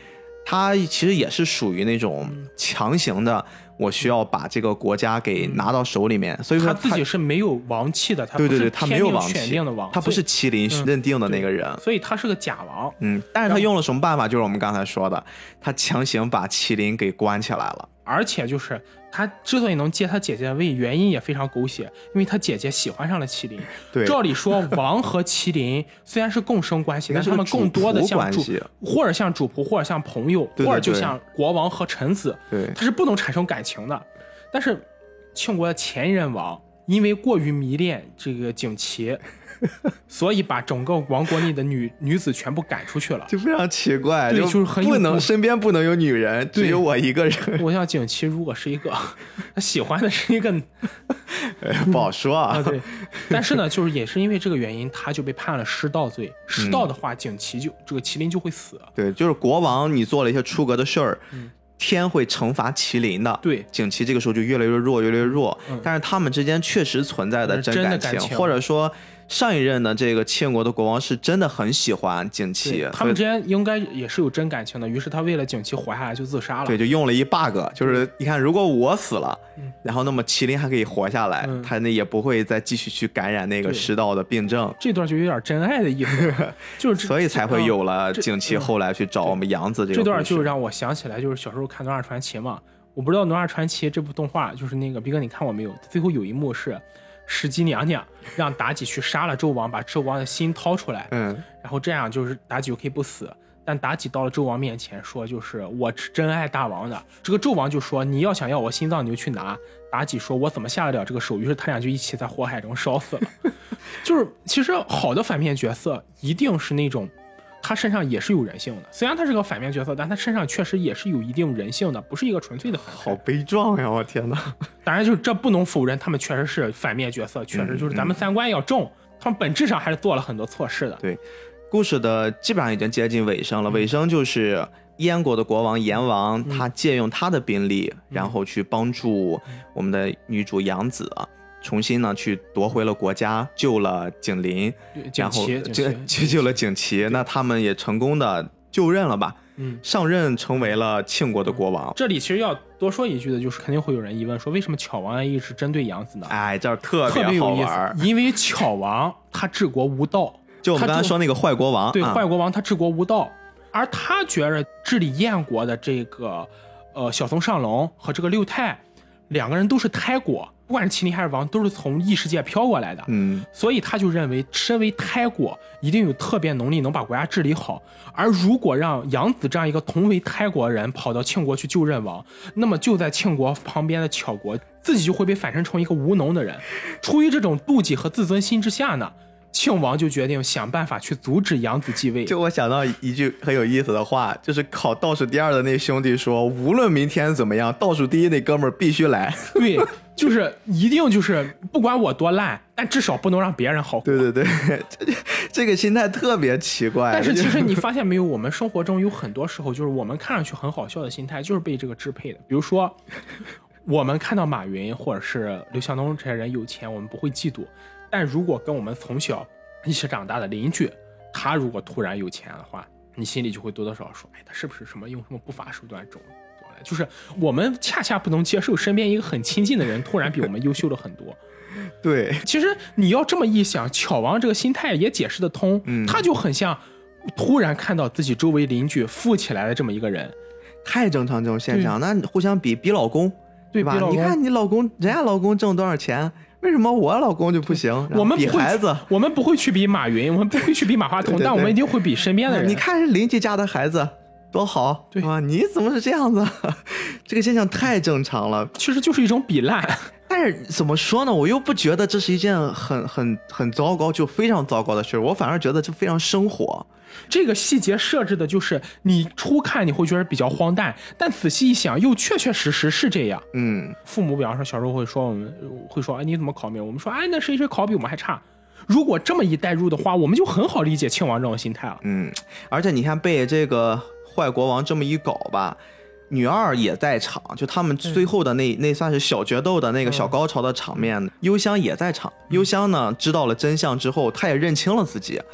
他其实也是属于那种强行的，我需要把这个国家给拿到手里面，嗯、所以说他自己是没有王气的，他对对对，他没有王选定的王， 他不是麒麟认定的那个人， 嗯、所以他是个假王。 嗯，但是他用了什么办法？就是我们刚才说的，他强行把麒麟给关起来了， 而且就是他之所以能接他姐姐的位，原因也非常狗血，因为他姐姐喜欢上了麒麟。 对， 照理说王和麒麟虽然是共生关系，但他们更多的像主，或者像主仆，或者像朋友， 对对对， 或者就像国王和臣子， 对， 他是不能产生感情的。但是庆国的前任王因为过于迷恋这个景琦，所以把整个王国内的女女子全部赶出去了， 就非常奇怪。 对，就是很不能身边不能有女人，只有我一个人。 我想景琦如果是一个他喜欢的是一个不好说啊。 啊对，但是呢，就是也是因为这个原因，他就被判了失道罪。失道的话，景琦就这个麒麟就会死。 对，就是国王你做了一些出格的事儿。嗯，天会惩罚麒麟的， 对， 景琦这个时候就越来越弱，越来越弱。嗯、但是他们之间确实存在的真感情， 感情或者说上一任的这个庆国的国王是真的很喜欢景琦， 他们之间应该也是有真感情的。于是他为了景琦活下来就自杀了。 对，就用了一 bug， 就是你看，如果我死了，嗯、然后那么麒麟还可以活下来，嗯、他那也不会再继续去感染那个食道的病症。 这段就有点真爱的意思，就是所以才会有了景琦后来去找我们杨子这个。 这段就让我想起来，就是小时候看《哪吒传奇》嘛。我不知道《哪吒传奇》这部动画，就是那个逼哥，你看过没有？最后有一幕是石矶娘娘让妲己去杀了纣王，把纣王的心掏出来，嗯，然后这样就是妲己就可以不死。但妲己到了纣王面前说，就是我是真爱大王的。这个纣王就说，你要想要我心脏你就去拿。妲己说，我怎么下得了这个手？于是他俩就一起在火海中烧死了。就是其实好的反面角色一定是那种他身上也是有人性的，虽然他是个反面角色，但他身上确实也是有一定人性的，不是一个纯粹的反派。 好悲壮呀，我天哪！ 当然就是这不能否认他们确实是反面角色，确实就是咱们三观要重，嗯嗯、他们本质上还是做了很多错事的。 对，故事的基本上已经接近尾声了，嗯、尾声就是燕国的国王燕王，嗯、他借用他的兵力，嗯、然后去帮助我们的女主杨子。重新呢去夺回了国家，救了景麟，然后救救了景琦，那他们也成功的就任了吧？嗯，上任成为了庆国的国王。 这里其实要多说一句的就是，肯定会有人疑问说，为什么巧王一直针对杨子呢？ 哎，这特别好玩， 因为巧王他治国无道， 就我们刚才说那个坏国王， 对， 啊、 坏国王他治国无道，而他觉着治理燕国的这个呃小松上龙和这个六太两个人都是胎果。不管是麒麟还是王，都是从异世界飘过来的，嗯，所以他就认为身为胎果一定有特别能力能把国家治理好，而如果让杨子这样一个同为胎国人跑到庆国去就任王，那么就在庆国旁边的巧国自己就会被反生成一个无能的人。出于这种妒忌和自尊心之下呢，庆王就决定想办法去阻止杨子继位。 就我想到一句很有意思的话，就是考倒数第二的那兄弟说，无论明天怎么样，倒数第一那哥们儿必须来。 对，就是一定就是不管我多烂，但至少不能让别人好活。 对对对，这这个心态特别奇怪。 但是其实你发现没有，我们生活中有很多时候，就是我们看上去很好笑的心态，就是被这个支配的。比如说，我们看到马云或者是刘强东这些人有钱，我们不会嫉妒。但如果跟我们从小一起长大的邻居，他如果突然有钱的话，你心里就会多多少少说，哎，他是不是什么用什么不法手段种？就是我们恰恰不能接受身边一个很亲近的人突然比我们优秀了很多。 对， 其实你要这么一想，巧王这个心态也解释得通，嗯，他就很像突然看到自己周围邻居富起来的这么一个人， 太正常这种现象。那互相比比老公， 对吧？你看你老公，人家老公挣多少钱？为什么我老公就不行？ 我们比孩子， 我们不会去比马云，我们不会去比马化腾，对对对，但我们一定会比身边的人。 你看邻居家的孩子多好，对吧？你怎么是这样子？这个现象太正常了， 其实就是一种比烂。 但是怎么说呢？我又不觉得这是一件很很很糟糕，就非常糟糕的事，我反而觉得这非常生活。 这个细节设置的就是你初看你会觉得比较荒诞，但仔细一想又确确实实是这样。 嗯， 父母比方说小时候会说我们会说，哎，你怎么考没有？我们说，哎，那谁谁考比我们还差。如果这么一代入的话，我们就很好理解庆王这种心态了。 嗯，而且你看被这个坏国王这么一搞吧，女二也在场，就他们最后的那那算是小决斗的那个小高潮的场面，幽香也在场。幽香呢知道了真相之后，她也认清了自己。 对。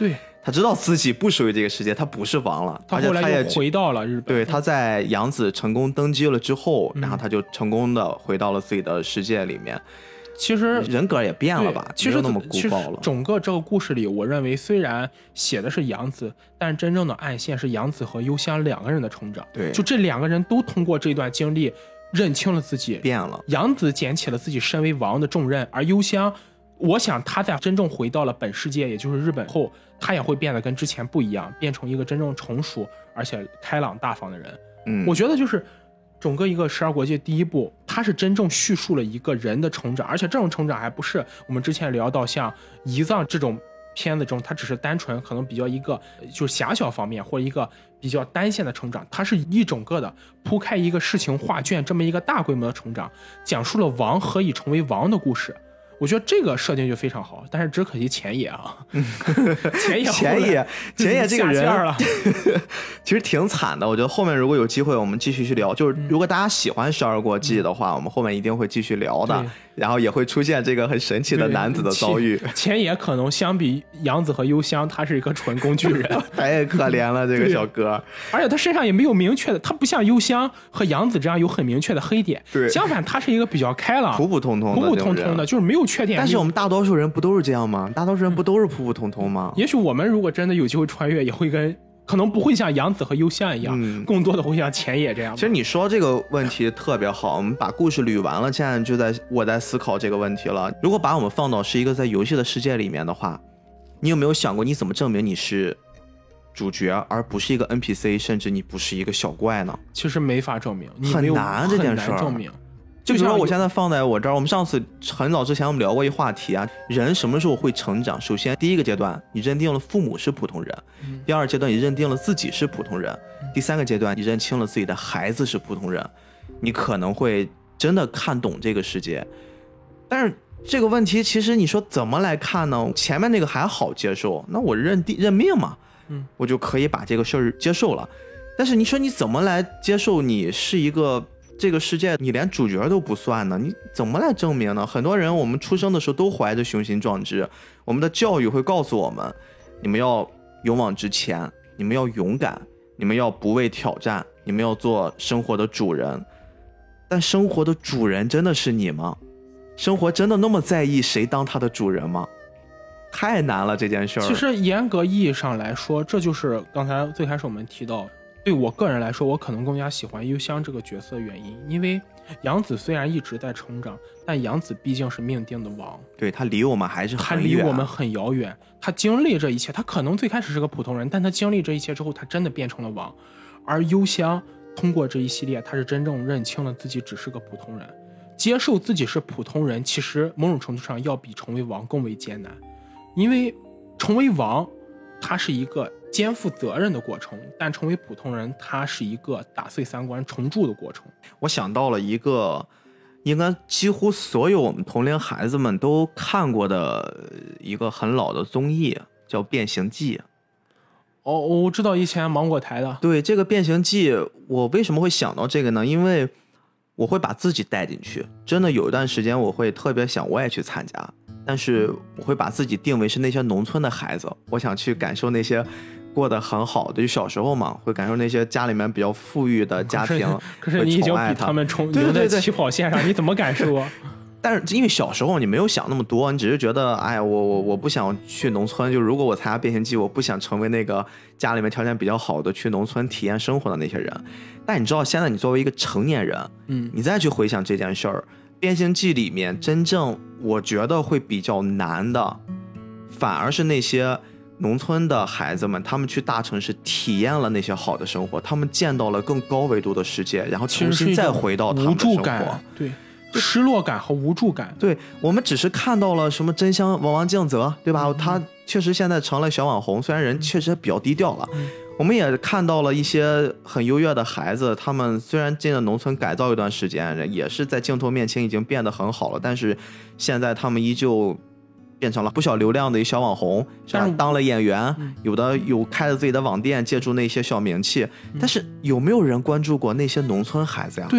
他知道自己不属于这个世界，他不是王了， 他后来又回到了日本。 对，他在养子成功登基了之后， 嗯、 然后他就成功的回到了自己的世界里面。 其实人格也变了吧， 其实没有那么孤暴了。 整个这个故事里，我认为虽然写的是养子，但真正的暗线是养子和幽香两个人的成长。 对， 就这两个人都通过这段经历认清了自己， 变了。 养子捡起了自己身为王的重任，而幽香，我想他在真正回到了本世界，也就是日本后，他也会变得跟之前不一样，变成一个真正成熟而且开朗大方的人。 嗯， 我觉得就是整个一个十二国记第一部，它是真正叙述了一个人的成长，而且这种成长还不是我们之前聊到像遗葬这种片子中，它只是单纯可能比较一个就是狭小方面或者一个比较单线的成长，它是一整个的铺开一个事情画卷这么一个大规模的成长，讲述了王何以成为王的故事。我觉得这个设定就非常好，但是只可惜钱爷啊，钱爷钱爷钱爷这个人了其实挺惨的。我觉得后面如果有机会我们继续去聊，就是如果大家喜欢十二国记的话、嗯、我们后面一定会继续聊的，然后也会出现这个很神奇的男子的遭遇。 钱爷可能相比杨子和幽香，他是一个纯工具人太可怜了这个小哥， 而且他身上也没有明确的，他不像幽香和杨子这样有很明确的黑点， 对， 相反他是一个比较开朗普普通通的普普通通的，就是没有缺点。 但是我们大多数人不都是这样吗？大多数人不都是普普通通吗？ 也许我们如果真的有机会穿越，也会跟可能不会像杨子和幽香一样、嗯、更多的会像钱野这样。 其实你说这个问题特别好，我们把故事捋完了，现在就在我在思考这个问题了。如果把我们放到是一个在游戏的世界里面的话，你有没有想过你怎么证明你是主角而不是一个 N P C， 甚至你不是一个小怪呢？ 其实没法证明，你很难这件事很难证明。 就比如说我现在放在我这儿，我们上次很早之前我们聊过一话题啊，人什么时候会成长？首先第一个阶段你认定了父母是普通人、嗯、第二阶段你认定了自己是普通人、嗯、第三个阶段你认清了自己的孩子是普通人，你可能会真的看懂这个世界。但是这个问题其实你说怎么来看呢？前面那个还好接受，那我认定认命嘛，嗯，我就可以把这个事儿接受了。但是你说你怎么来接受你是一个这个世界你连主角都不算呢？你怎么来证明呢？很多人我们出生的时候都怀着雄心壮志，我们的教育会告诉我们，你们要勇往直前，你们要勇敢，你们要不畏挑战，你们要做生活的主人。但生活的主人真的是你吗？生活真的那么在意谁当他的主人吗？太难了这件事儿。 其实严格意义上来说，这就是刚才最开始我们提到，对我个人来说，我可能更加喜欢幽香这个角色的原因。因为杨子虽然一直在成长，但杨子毕竟是命定的王， 对，他离我们还是很远，他离我们很遥远。他经历这一切，他可能最开始是个普通人，但他经历这一切之后，他真的变成了王。而幽香通过这一系列，他是真正认清了自己只是个普通人，接受自己是普通人，其实某种程度上要比成为王更为艰难。因为成为王它是一个肩负责任的过程，但成为普通人它是一个打碎三观重铸的过程。 我想到了一个应该几乎所有我们同龄孩子们都看过的一个很老的综艺，叫《变形记》。 哦，我知道以前芒果台的。 对，这个《变形记》我为什么会想到这个呢？因为我会把自己带进去，真的有一段时间我会特别想我也去参加，但是我会把自己定为是那些农村的孩子，我想去感受那些过得很好的，就小时候嘛，会感受那些家里面比较富裕的家庭。 可是, 可是你已经比他们冲留在起跑线上，你怎么感受啊？ 但是因为小时候你没有想那么多，你只是觉得，哎，我我我不想去农村，就如果我参加变形记，我不想成为那个家里面条件比较好的去农村体验生活的那些人。但你知道，现在你作为一个成年人，嗯，你再去回想这件事儿，变形记里面真正我觉得会比较难的，反而是那些农村的孩子们，他们去大城市体验了那些好的生活，他们见到了更高维度的世界，然后重新再回到他们的生活。无助感，对。失落感和无助感， 对，我们只是看到了什么真香王王静泽，对吧？嗯、他确实现在成了小网红，虽然人确实比较低调了。嗯、我们也看到了一些很优越的孩子，他们虽然进了农村改造一段时间，也是在镜头面前已经变得很好了，但是现在他们依旧变成了不小流量的一小网红，是吧？当了演员，嗯、有的有开了自己的网店，借助那些小名气。嗯、但是有没有人关注过那些农村孩子呀？ 对。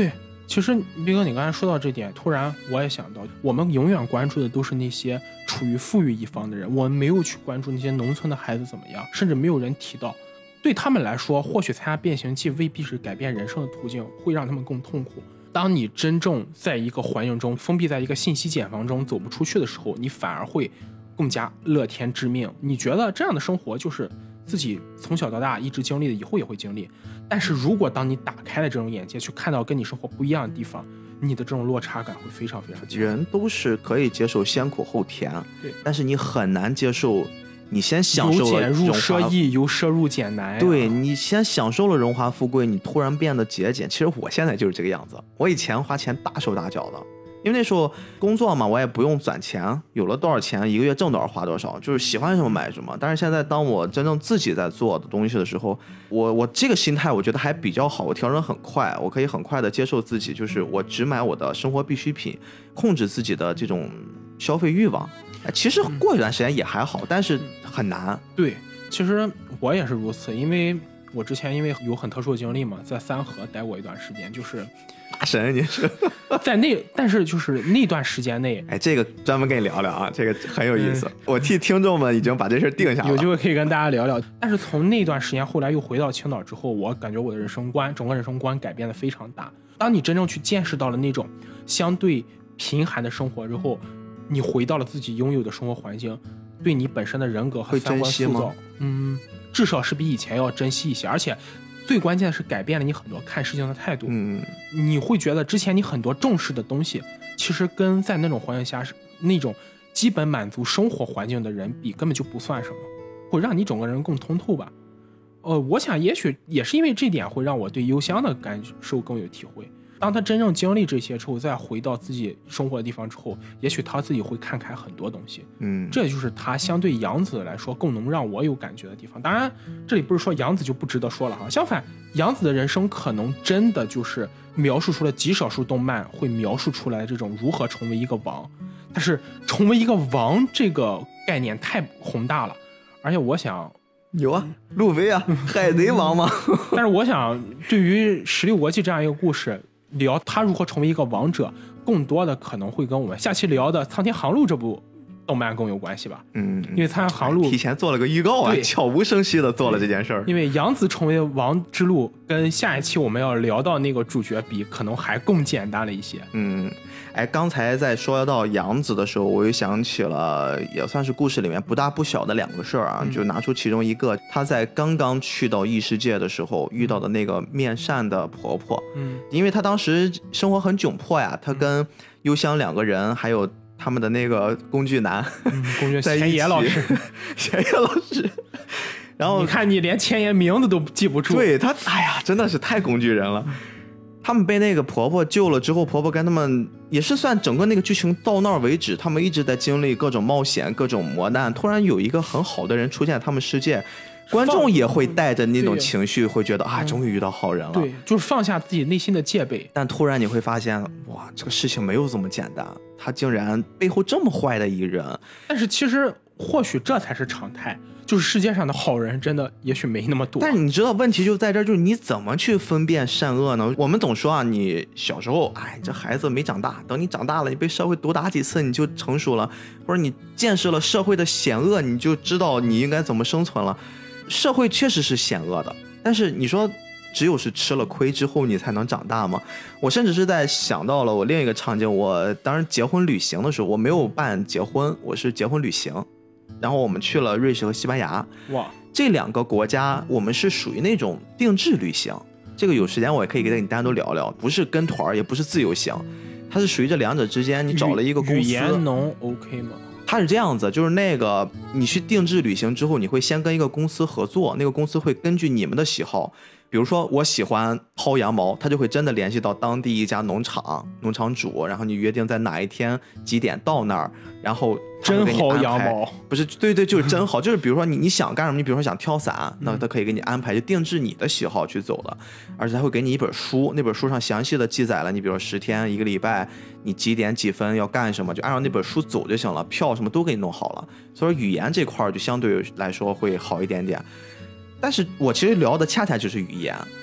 其实斌哥你刚才说到这点，突然我也想到，我们永远关注的都是那些处于富裕一方的人，我们没有去关注那些农村的孩子怎么样，甚至没有人提到。对他们来说，或许参加变形记未必是改变人生的途径，会让他们更痛苦。当你真正在一个环境中封闭在一个信息茧房中走不出去的时候，你反而会更加乐天知命。你觉得这样的生活就是自己从小到大一直经历的，以后也会经历。但是如果当你打开了这种眼界，去看到跟你生活不一样的地方，你的这种落差感会非常非常强。 人都是可以接受先苦后甜， 对， 但是你很难接受你先享受了由俭入奢易，由奢入俭难、啊、 对，你先享受了荣华富贵，你突然变得节俭。其实我现在就是这个样子，我以前花钱大手大脚的，因为那时候工作嘛，我也不用攒钱，有了多少钱一个月挣多少花多少，就是喜欢什么买什么。但是现在当我真正自己在做的东西的时候，我我这个心态我觉得还比较好，我调整很快，我可以很快的接受自己，就是我只买我的生活必需品，控制自己的这种消费欲望。其实过一段时间也还好、嗯、但是很难。 对，其实我也是如此，因为我之前因为有很特殊的经历嘛，在三河待过一段时间，就是大神你是在那，但是就是那段时间内， 哎，这个专门跟你聊聊啊，这个很有意思、嗯、我替听众们已经把这事定下了， 有机会可以跟大家聊聊。但是从那段时间后来又回到青岛之后，我感觉我的人生观整个人生观改变的非常大。当你真正去见识到了那种相对贫寒的生活之后，你回到了自己拥有的生活环境，对你本身的人格和三观塑造，嗯，至少是比以前要珍惜一些。而且最关键的是改变了你很多看事情的态度。 嗯， 你会觉得之前你很多重视的东西，其实跟在那种环境下那种基本满足生活环境的人比，根本就不算什么，会让你整个人更通透吧。呃，我想也许也是因为这点，会让我对幽香的感受更有体会。当他真正经历这些之后，再回到自己生活的地方之后，也许他自己会看开很多东西。 嗯， 这就是他相对杨子来说更能让我有感觉的地方。当然，这里不是说杨子就不值得说了哈，相反，杨子的人生可能真的就是描述出了极少数动漫会描述出来的这种如何成为一个王。但是成为一个王这个概念太宏大了，而且我想。 有啊，路飞啊，海贼王嘛。 但是我想，对于十六国记这样一个故事，聊他如何成为一个王者，更多的可能会跟我们下期聊的《苍天航路》这部动漫更有关系吧。 嗯， 因为《苍天航路》 提前做了个预告啊，悄无声息的做了这件事儿。 因为杨子成为王之路，跟下一期我们要聊到那个主角比，可能还更简单了一些。 嗯。哎，刚才在说到杨子的时候，我又想起了也算是故事里面不大不小的两个事儿啊、嗯，就拿出其中一个，他在刚刚去到异世界的时候遇到的那个面善的婆婆。 嗯， 因为他当时生活很窘迫呀，他跟幽香两个人还有他们的那个工具男， 嗯、工具千野老师， 千野老师。然后你看你连千野名字都记不住， 对他，哎呀，真的是太工具人了。他们被那个婆婆救了之后，婆婆跟他们也是算整个那个剧情到那儿为止，他们一直在经历各种冒险、各种磨难。突然有一个很好的人出现在他们世界，观众也会带着那种情绪，会觉得啊，终于遇到好人了。 对，就是放下自己内心的戒备。 但突然你会发现，哇，这个事情没有这么简单，他竟然背后这么坏的一个人。 但是其实或许这才是常态。就是世界上的好人真的也许没那么多， 但是你知道问题就在这儿，就是你怎么去分辨善恶呢？我们总说啊，你小时候，哎，这孩子没长大，等你长大了，你被社会毒打几次，你就成熟了，或者你见识了社会的险恶，你就知道你应该怎么生存了。社会确实是险恶的，但是你说只有是吃了亏之后你才能长大吗？我甚至是在想到了我另一个场景，我当时结婚旅行的时候，我没有办结婚，我是结婚旅行。然后我们去了瑞士和西班牙， 哇， 这两个国家我们是属于那种定制旅行，这个有时间我也可以跟你单独聊聊，不是跟团也不是自由行，它是属于这两者之间，你找了一个公司， 语言能 OK 吗？ 它是这样子，就是那个你去定制旅行之后，你会先跟一个公司合作，那个公司会根据你们的喜好，比如说我喜欢薅羊毛，他就会真的联系到当地一家农场农场主，然后你约定在哪一天几点到那儿，然后真薅羊毛， 不是，对对，就是真薅就是比如说你你想干什么，你比如说想跳伞，那他可以给你安排，就定制你的喜好去走了，而且他会给你一本书，那本书上详细的记载了你比如说十天一个礼拜你几点几分要干什么，就按照那本书走就行了，票什么都给你弄好了，所以语言这块就相对来说会好一点点。但是我其实聊的恰恰就是语言，因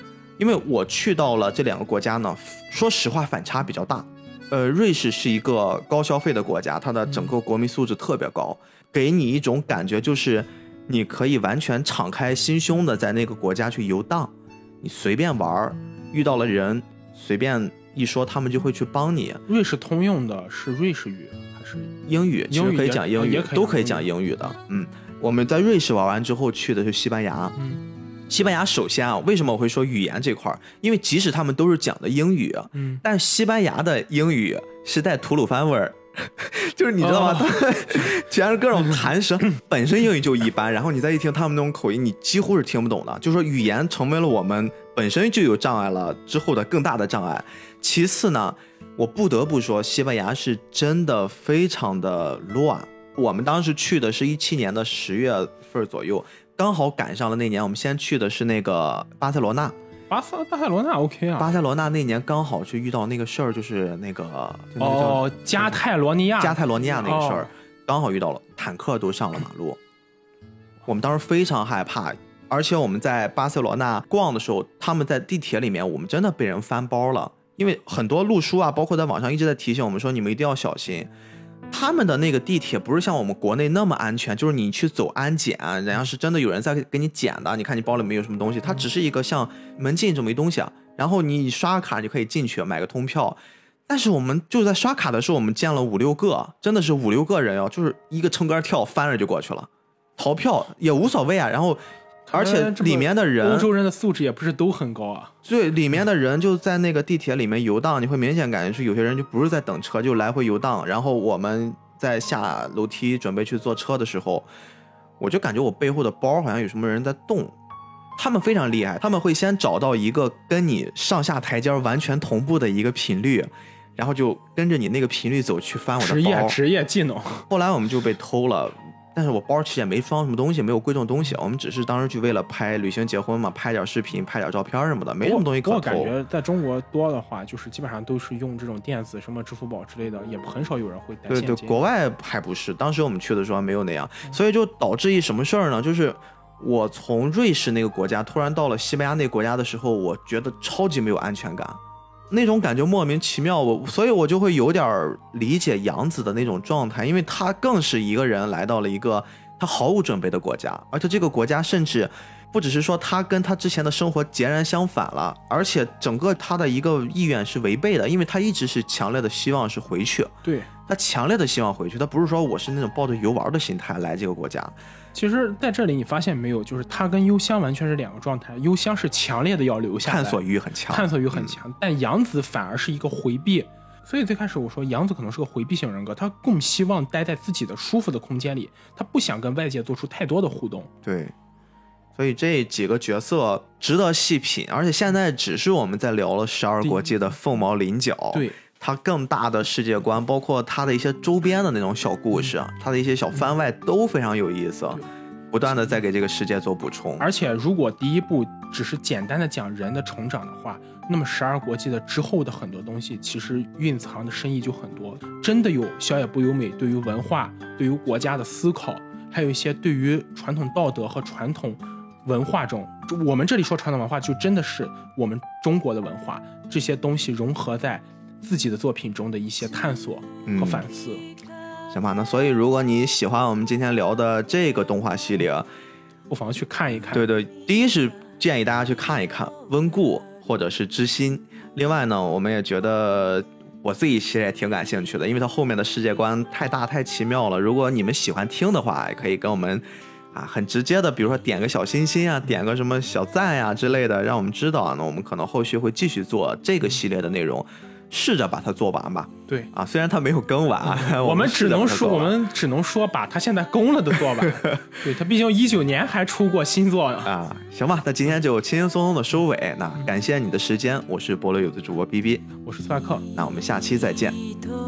因为我去到了这两个国家呢，说实话反差比较大。呃，瑞士是一个高消费的国家，它的整个国民素质特别高，给你一种感觉就是你可以完全敞开心胸的在那个国家去游荡，你随便玩，遇到了人随便一说他们就会去帮你。 瑞士通用的是瑞士语还是英语？其实可以讲英语，都可以讲英语的。嗯，我们在瑞士玩完之后去的是西班牙。嗯，西班牙首先啊，为什么我会说语言这块？因为即使他们都是讲的英语，嗯，但西班牙的英语是带吐鲁番味儿。就是你知道吗？哦、全是各种弹舌，本身英语就一般，然后你再一听他们那种口音，你几乎是听不懂的。就是说语言成为了我们本身就有障碍了之后的更大的障碍。其次呢，我不得不说，西班牙是真的非常的乱。我们当时去的是一七年的十月份左右，刚好赶上了那年。我们先去的是那个巴塞罗那。 巴塞巴塞罗那 OK 啊， 巴塞罗那那年刚好去遇到那个事儿，就是那个就那个哦加泰罗尼亚加泰罗尼亚那个事儿、哦，刚好遇到了，坦克都上了马路，我们当时非常害怕。而且我们在巴塞罗那逛的时候，他们在地铁里面，我们真的被人翻包了，因为很多路书啊，包括在网上一直在提醒我们说，你们一定要小心。他们的那个地铁不是像我们国内那么安全，就是你去走安检，人家是真的有人在给你检的，你看你包里没有什么东西，它只是一个像门禁这么一东西啊，然后你刷卡就可以进去买个通票。但是我们就在刷卡的时候，我们见了五六个，真的是五六个人哦，就是一个撑杆跳翻着就过去了，逃票也无所谓啊。然后而且里面的人， 欧洲人的素质也不是都很高啊。 对，里面的人就在那个地铁里面游荡，你会明显感觉是有些人就不是在等车，就来回游荡。然后我们在下楼梯准备去坐车的时候，我就感觉我背后的包好像有什么人在动。他们非常厉害，他们会先找到一个跟你上下台阶完全同步的一个频率，然后就跟着你那个频率走去翻我的包。 职业职业技能。 后来我们就被偷了。但是我包其实也没装什么东西，没有贵重东西，我们只是当时去为了拍旅行结婚嘛，拍点视频，拍点照片什么的，没什么东西可偷。 我感觉在中国多的话，就是基本上都是用这种电子什么支付宝之类的，也很少有人会带现金。 对对，国外还不是，当时我们去的时候还没有那样，所以就导致一什么事儿呢？就是我从瑞士那个国家突然到了西班牙那个国家的时候，我觉得超级没有安全感。那种感觉莫名其妙，我所以我就会有点理解杨子的那种状态，因为他更是一个人来到了一个他毫无准备的国家，而且这个国家甚至不只是说他跟他之前的生活截然相反了，而且整个他的一个意愿是违背的，因为他一直是强烈的希望是回去， 对， 他强烈的希望回去，他不是说我是那种抱着游玩的心态来这个国家。 其实在这里你发现没有，就是他跟幽香完全是两个状态，幽香是强烈的要留下来， 探索欲很强， 探索欲很强、嗯、但杨子反而是一个回避。所以最开始我说杨子可能是个回避型人格，他更希望待在自己的舒服的空间里，他不想跟外界做出太多的互动。 对，所以这几个角色值得细品，而且现在只是我们在聊了十二国际的凤毛麟角， 对， 它更大的世界观，包括它的一些周边的那种小故事，它的一些小番外都非常有意思，不断的在给这个世界做补充。 而且如果第一部只是简单的讲人的成长的话，那么十二国际的之后的很多东西其实蕴藏的深意就很多，真的有小野不由美对于文化对于国家的思考，还有一些对于传统道德和传统文化中，我们这里说传统文化就真的是我们中国的文化，这些东西融合在自己的作品中的一些探索和反思、 嗯、行吧。那所以如果你喜欢我们今天聊的这个动画系列， 不妨去看一看。 对对，第一是建议大家去看一看温故或者是知心，另外呢我们也觉得我自己其实也挺感兴趣的，因为它后面的世界观太大太奇妙了，如果你们喜欢听的话，也可以跟我们啊，很直接的，比如说点个小心心啊，点个什么小赞呀、啊、之类的，让我们知道，那我们可能后续会继续做这个系列的内容，试着把它做完吧。 对啊， 虽然它没有更完， 嗯、我们只能说，我们只能说把它现在更了的做完。对，它毕竟一九年还出过新作呢。 啊，行吧，那今天就轻轻松松的收尾。那感谢你的时间，我是博乐有的主播 B B， 我是斯派克， 那我们下期再见。